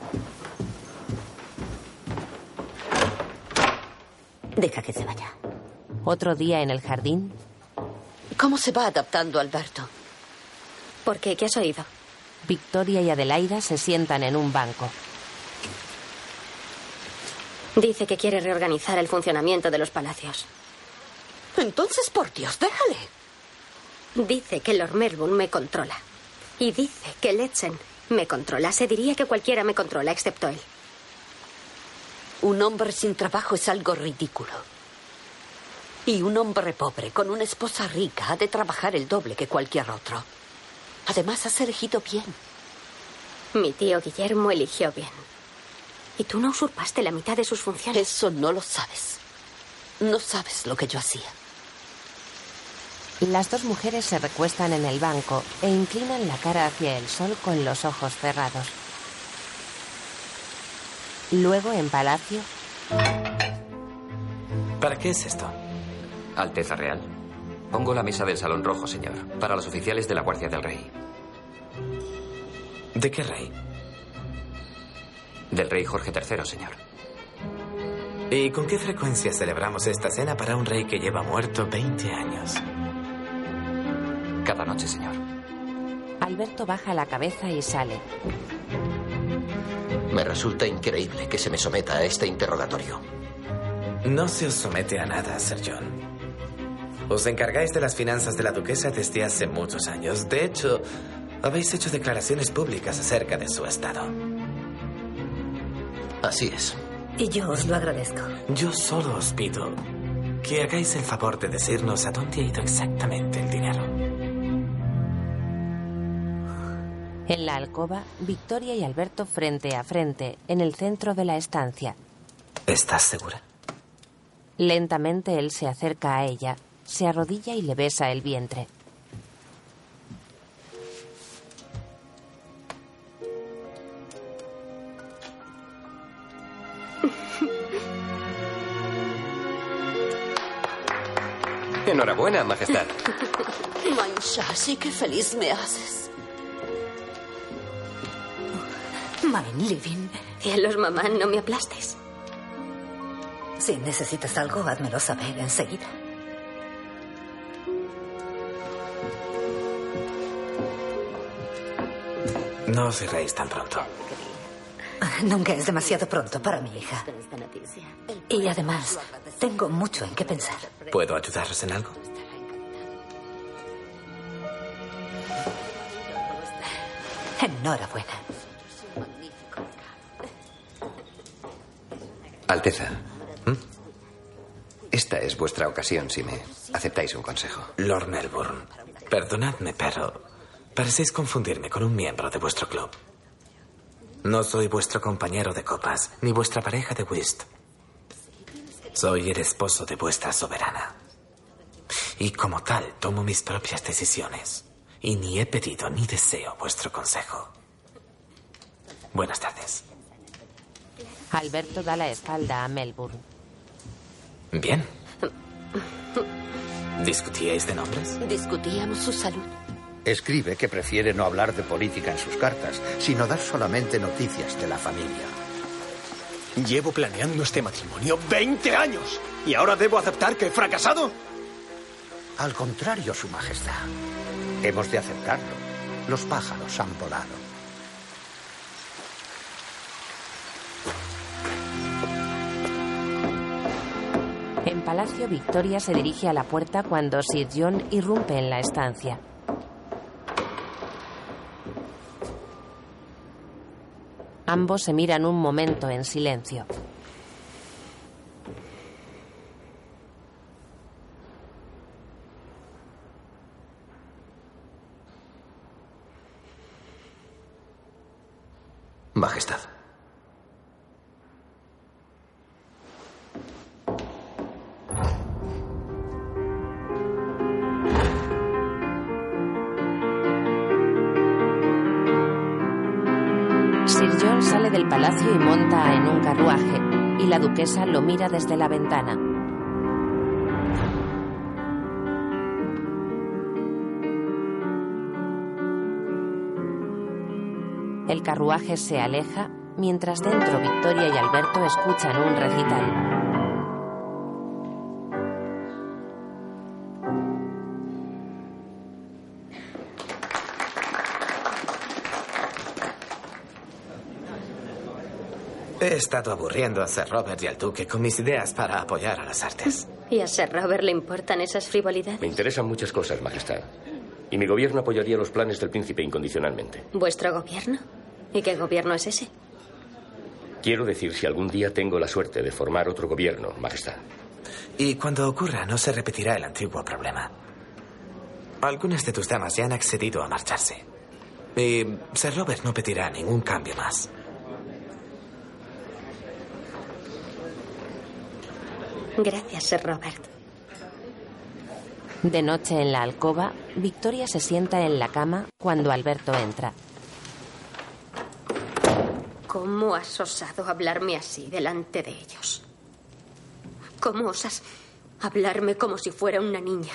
Deja que se vaya. Otro día en el jardín. ¿Cómo se va adaptando Alberto? ¿Por qué? ¿Qué has oído? Victoria y Adelaida se sientan en un banco. Dice que quiere reorganizar el funcionamiento de los palacios. Entonces, por Dios, déjale. Dice que Lord Melbourne me controla. Y dice que Letsen me controla. Se diría que cualquiera me controla, excepto él. Un hombre sin trabajo es algo ridículo. Y un hombre pobre con una esposa rica ha de trabajar el doble que cualquier otro. Además, has elegido bien. Mi tío Guillermo eligió bien. Y tú no usurpaste la mitad de sus funciones. Eso no lo sabes. No sabes lo que yo hacía. Las 2 mujeres se recuestan en el banco e inclinan la cara hacia el sol con los ojos cerrados. Luego, en palacio... ¿Para qué es esto? Alteza Real. Pongo la mesa del Salón Rojo, señor, para los oficiales de la Guardia del Rey. ¿De qué rey? Del rey Jorge III, señor. ¿Y con qué frecuencia celebramos esta cena para un rey que lleva muerto 20 años? Cada noche, señor. Alberto baja la cabeza y sale. Me resulta increíble que se me someta a este interrogatorio. No se os somete a nada, Sir John. Os encargáis de las finanzas de la duquesa desde hace muchos años. De hecho, habéis hecho declaraciones públicas acerca de su estado. Así es. Y yo os lo agradezco. Yo solo os pido que hagáis el favor de decirnos a dónde ha ido exactamente el dinero. En la alcoba, Victoria y Alberto frente a frente, en el centro de la estancia. ¿Estás segura? Lentamente él se acerca a ella, se arrodilla y le besa el vientre. Enhorabuena, Majestad. Shashi, qué feliz me haces. Mein Living. Cielos, mamá, no me aplastes. Si necesitas algo, házmelo saber enseguida. No os iréis tan pronto. Nunca es demasiado pronto para mi hija. Y además, tengo mucho en qué pensar. ¿Puedo ayudaros en algo? Enhorabuena. Alteza, esta es vuestra ocasión si me aceptáis un consejo. Lord Melbourne, perdonadme, pero parecéis confundirme con un miembro de vuestro club. No soy vuestro compañero de copas, ni vuestra pareja de whist. Soy el esposo de vuestra soberana. Y como tal, tomo mis propias decisiones. Y ni he pedido ni deseo vuestro consejo. Buenas tardes. Alberto da la espalda a Melbourne. Bien. ¿Discutíais de nombres? Discutíamos su salud. Escribe que prefiere no hablar de política en sus cartas, sino dar solamente noticias de la familia. Llevo planeando este matrimonio 20 años y ahora debo aceptar que he fracasado. Al contrario, Su Majestad. Hemos de aceptarlo. Los pájaros han volado. En Palacio, Victoria se dirige a la puerta cuando Sir John irrumpe en la estancia. Ambos se miran un momento en silencio. Majestad. Sir John sale del palacio y monta en un carruaje, y la duquesa lo mira desde la ventana. El carruaje se aleja, mientras dentro Victoria y Alberto escuchan un recital. He estado aburriendo a Sir Robert y al Duque con mis ideas para apoyar a las artes. ¿Y a Sir Robert le importan esas frivolidades? Me interesan muchas cosas, Majestad. Y mi gobierno apoyaría los planes del príncipe incondicionalmente. ¿Vuestro gobierno? ¿Y qué gobierno es ese? Quiero decir, si algún día tengo la suerte de formar otro gobierno, Majestad. Y cuando ocurra, no se repetirá el antiguo problema. Algunas de tus damas ya han accedido a marcharse. Y Sir Robert no pedirá ningún cambio más. Gracias, Sir Robert. De noche en la alcoba, Victoria se sienta en la cama cuando Alberto entra. ¿Cómo has osado hablarme así delante de ellos? ¿Cómo osas hablarme como si fuera una niña?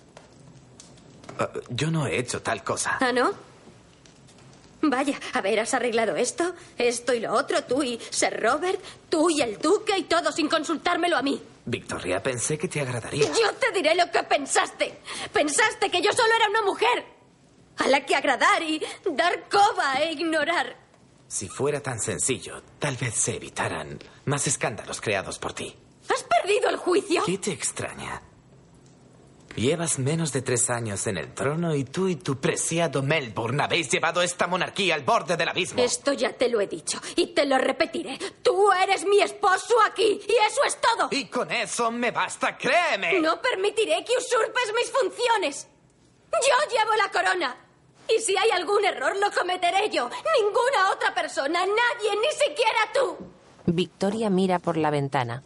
Yo no he hecho tal cosa. ¿Ah, no? Vaya, a ver, ¿has arreglado esto y lo otro, tú y Sir Robert, tú y el duque y todo sin consultármelo a mí? Victoria, pensé que te agradaría. Yo te diré lo que pensaste. Pensaste que yo solo era una mujer a la que agradar y dar coba e ignorar. Si fuera tan sencillo, tal vez se evitaran más escándalos creados por ti. ¿Has perdido el juicio? ¿Qué te extraña? Llevas menos de 3 años en el trono y tú y tu preciado Melbourne habéis llevado esta monarquía al borde del abismo. Esto ya te lo he dicho y te lo repetiré. Tú eres mi esposo aquí y eso es todo. Y con eso me basta, créeme. No permitiré que usurpes mis funciones. Yo llevo la corona. Y si hay algún error, lo cometeré yo. Ninguna otra persona, nadie, ni siquiera tú. Victoria mira por la ventana.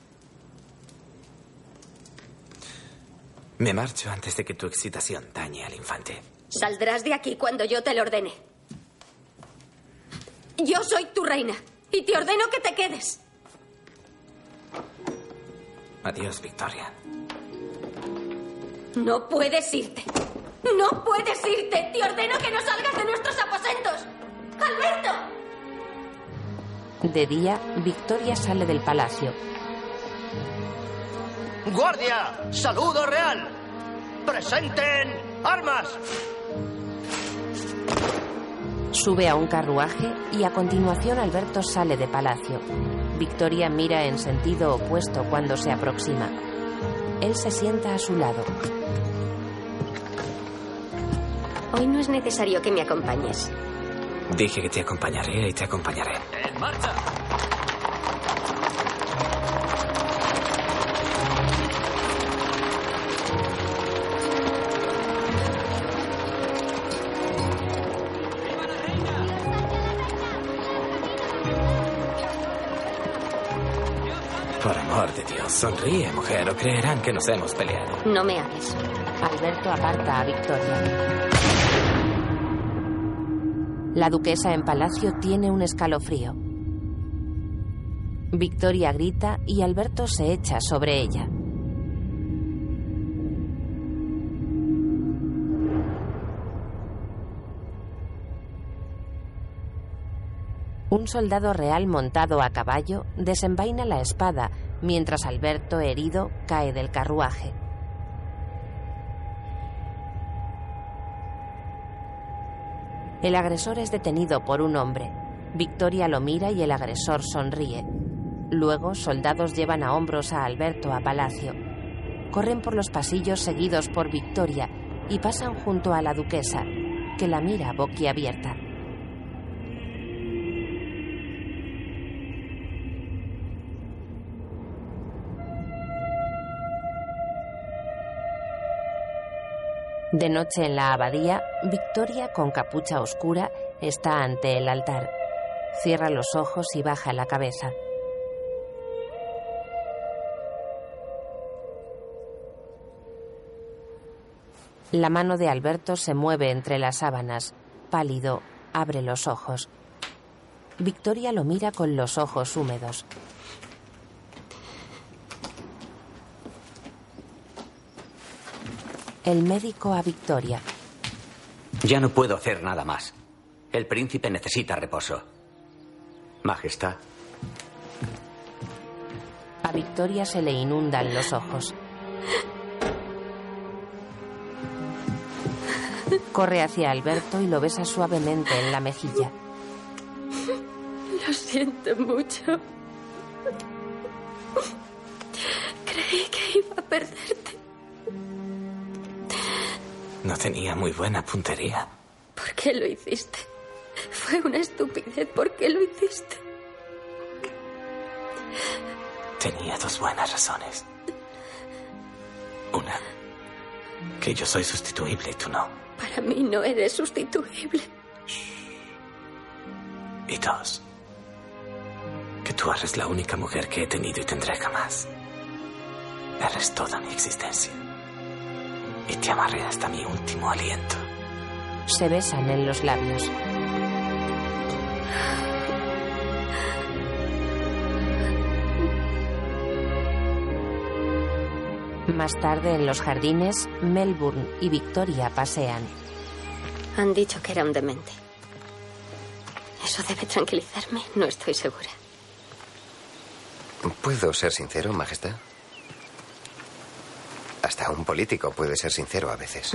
Me marcho antes de que tu excitación dañe al infante. Saldrás de aquí cuando yo te lo ordene. Yo soy tu reina y te ordeno que te quedes. Adiós, Victoria. No puedes irte. No puedes irte. Te ordeno que no salgas de nuestros aposentos. ¡Alberto! De día, Victoria sale del palacio. ¡Guardia! ¡Saludo real! ¡Presenten armas! Sube a un carruaje y a continuación Alberto sale de palacio. Victoria mira en sentido opuesto cuando se aproxima. Él se sienta a su lado. Hoy no es necesario que me acompañes. Dije que te acompañaré y te acompañaré. ¡En marcha! Por amor de Dios, sonríe, mujer, o creerán que nos hemos peleado. No me hables. Alberto aparta a Victoria. La duquesa en palacio tiene un escalofrío. Victoria grita y Alberto se echa sobre ella. Un soldado real montado a caballo desenvaina la espada mientras Alberto, herido, cae del carruaje. El agresor es detenido por un hombre. Victoria lo mira y el agresor sonríe. Luego, soldados llevan a hombros a Alberto a palacio. Corren por los pasillos seguidos por Victoria y pasan junto a la duquesa, que la mira boquiabierta. De noche en la abadía, Victoria, con capucha oscura, está ante el altar. Cierra los ojos y baja la cabeza. La mano de Alberto se mueve entre las sábanas. Pálido, abre los ojos. Victoria lo mira con los ojos húmedos. El médico a Victoria. Ya no puedo hacer nada más. El príncipe necesita reposo. Majestad. A Victoria se le inundan los ojos. Corre hacia Alberto y lo besa suavemente en la mejilla. Lo siento mucho. Creí que iba a perderte. No tenía muy buena puntería. ¿Por qué lo hiciste? Fue una estupidez. ¿Por qué lo hiciste? Tenía 2 buenas razones. Una, que yo soy sustituible y tú no. Para mí no eres sustituible. Y 2, que tú eres la única mujer que he tenido y tendré jamás. Eres toda mi existencia. Y te amarré hasta mi último aliento. Se besan en los labios. Más tarde, en los jardines, Melbourne y Victoria pasean. Han dicho que era un demente. ¿Eso debe tranquilizarme? No estoy segura. ¿Puedo ser sincero, Majestad? Hasta un político puede ser sincero a veces.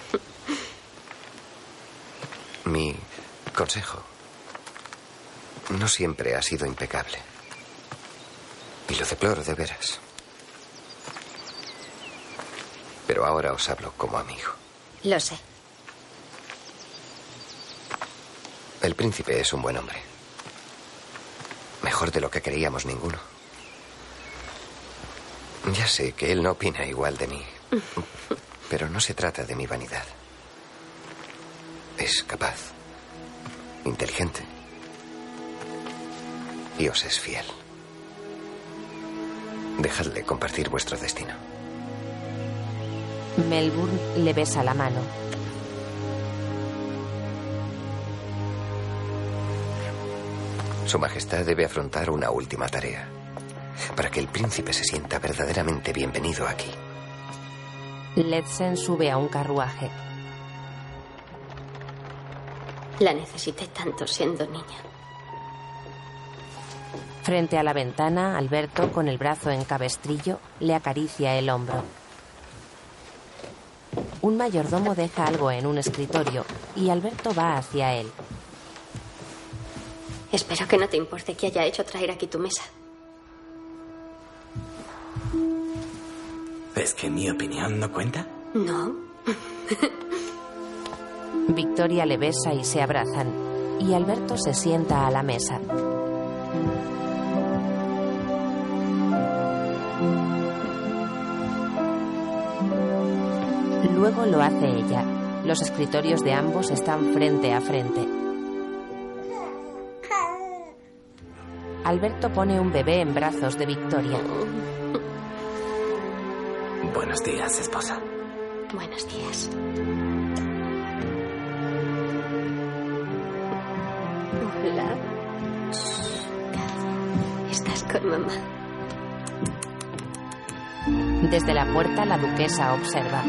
Mi consejo no siempre ha sido impecable. Y lo deploro de veras. Pero ahora os hablo como amigo. Lo sé. El príncipe es un buen hombre. Mejor de lo que creíamos ninguno. Ya sé que él no opina igual de mí. Pero no se trata de mi vanidad. Es capaz, inteligente y os es fiel. Dejadle compartir vuestro destino. Melbourne le besa la mano. Su Majestad debe afrontar una última tarea para que el príncipe se sienta verdaderamente bienvenido aquí. Letsen sube a un carruaje. La necesité tanto siendo niña. Frente a la ventana, Alberto, con el brazo en cabestrillo, le acaricia el hombro. Un mayordomo deja algo en un escritorio y Alberto va hacia él. Espero que no te importe que haya hecho traer aquí tu mesa. ¿Es que mi opinión no cuenta? No. Victoria le besa y se abrazan, y Alberto se sienta a la mesa. Luego lo hace ella. Los escritorios de ambos están frente a frente. Alberto pone un bebé en brazos de Victoria. Buenos días, esposa. Buenos días. Hola. Estás con mamá. Desde la puerta, la duquesa observa.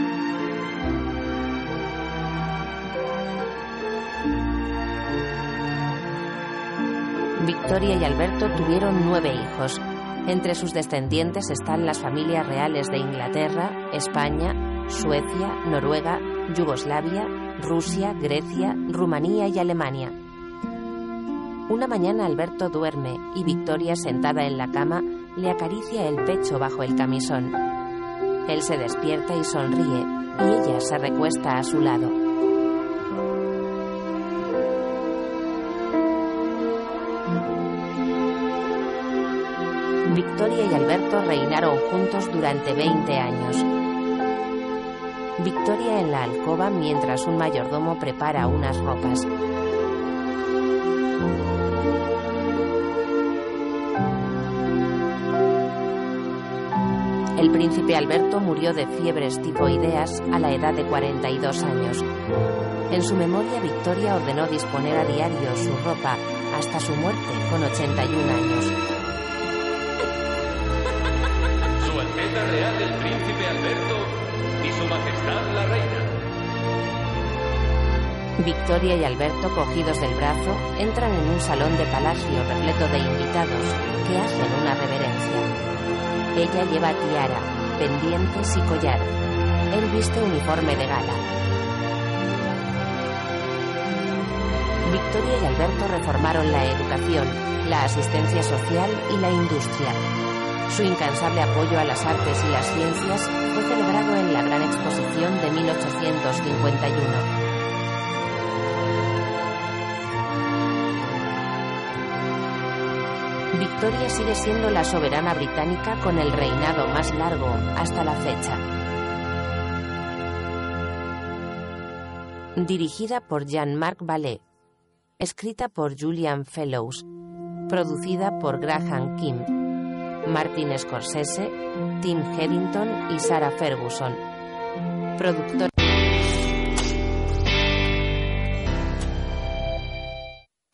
Victoria y Alberto tuvieron 9 hijos. Entre sus descendientes están las familias reales de Inglaterra, España, Suecia, Noruega, Yugoslavia, Rusia, Grecia, Rumanía y Alemania. Una mañana Alberto duerme y Victoria, sentada en la cama, le acaricia el pecho bajo el camisón. Él se despierta y sonríe, y ella se recuesta a su lado. Victoria y Alberto reinaron juntos durante 20 años. Victoria en la alcoba mientras un mayordomo prepara unas ropas. El príncipe Alberto murió de fiebres tifoideas a la edad de 42 años. En su memoria, Victoria ordenó disponer a diario su ropa hasta su muerte con 81 años. Su Alteza Real el Príncipe Alberto y Su Majestad la Reina. Victoria y Alberto, cogidos del brazo, entran en un salón de palacio repleto de invitados que hacen una reverencia. Ella lleva tiara, pendientes y collar. Él viste uniforme de gala. Victoria y Alberto reformaron la educación, la asistencia social y la industria. Su incansable apoyo a las artes y las ciencias fue celebrado en la Gran Exposición de 1851. Victoria sigue siendo la soberana británica con el reinado más largo hasta la fecha. Dirigida por Jean-Marc Vallée. Escrita por Julian Fellowes. Producida por Graham Kim, Martin Scorsese, Tim Hetherington y Sarah Ferguson. Productor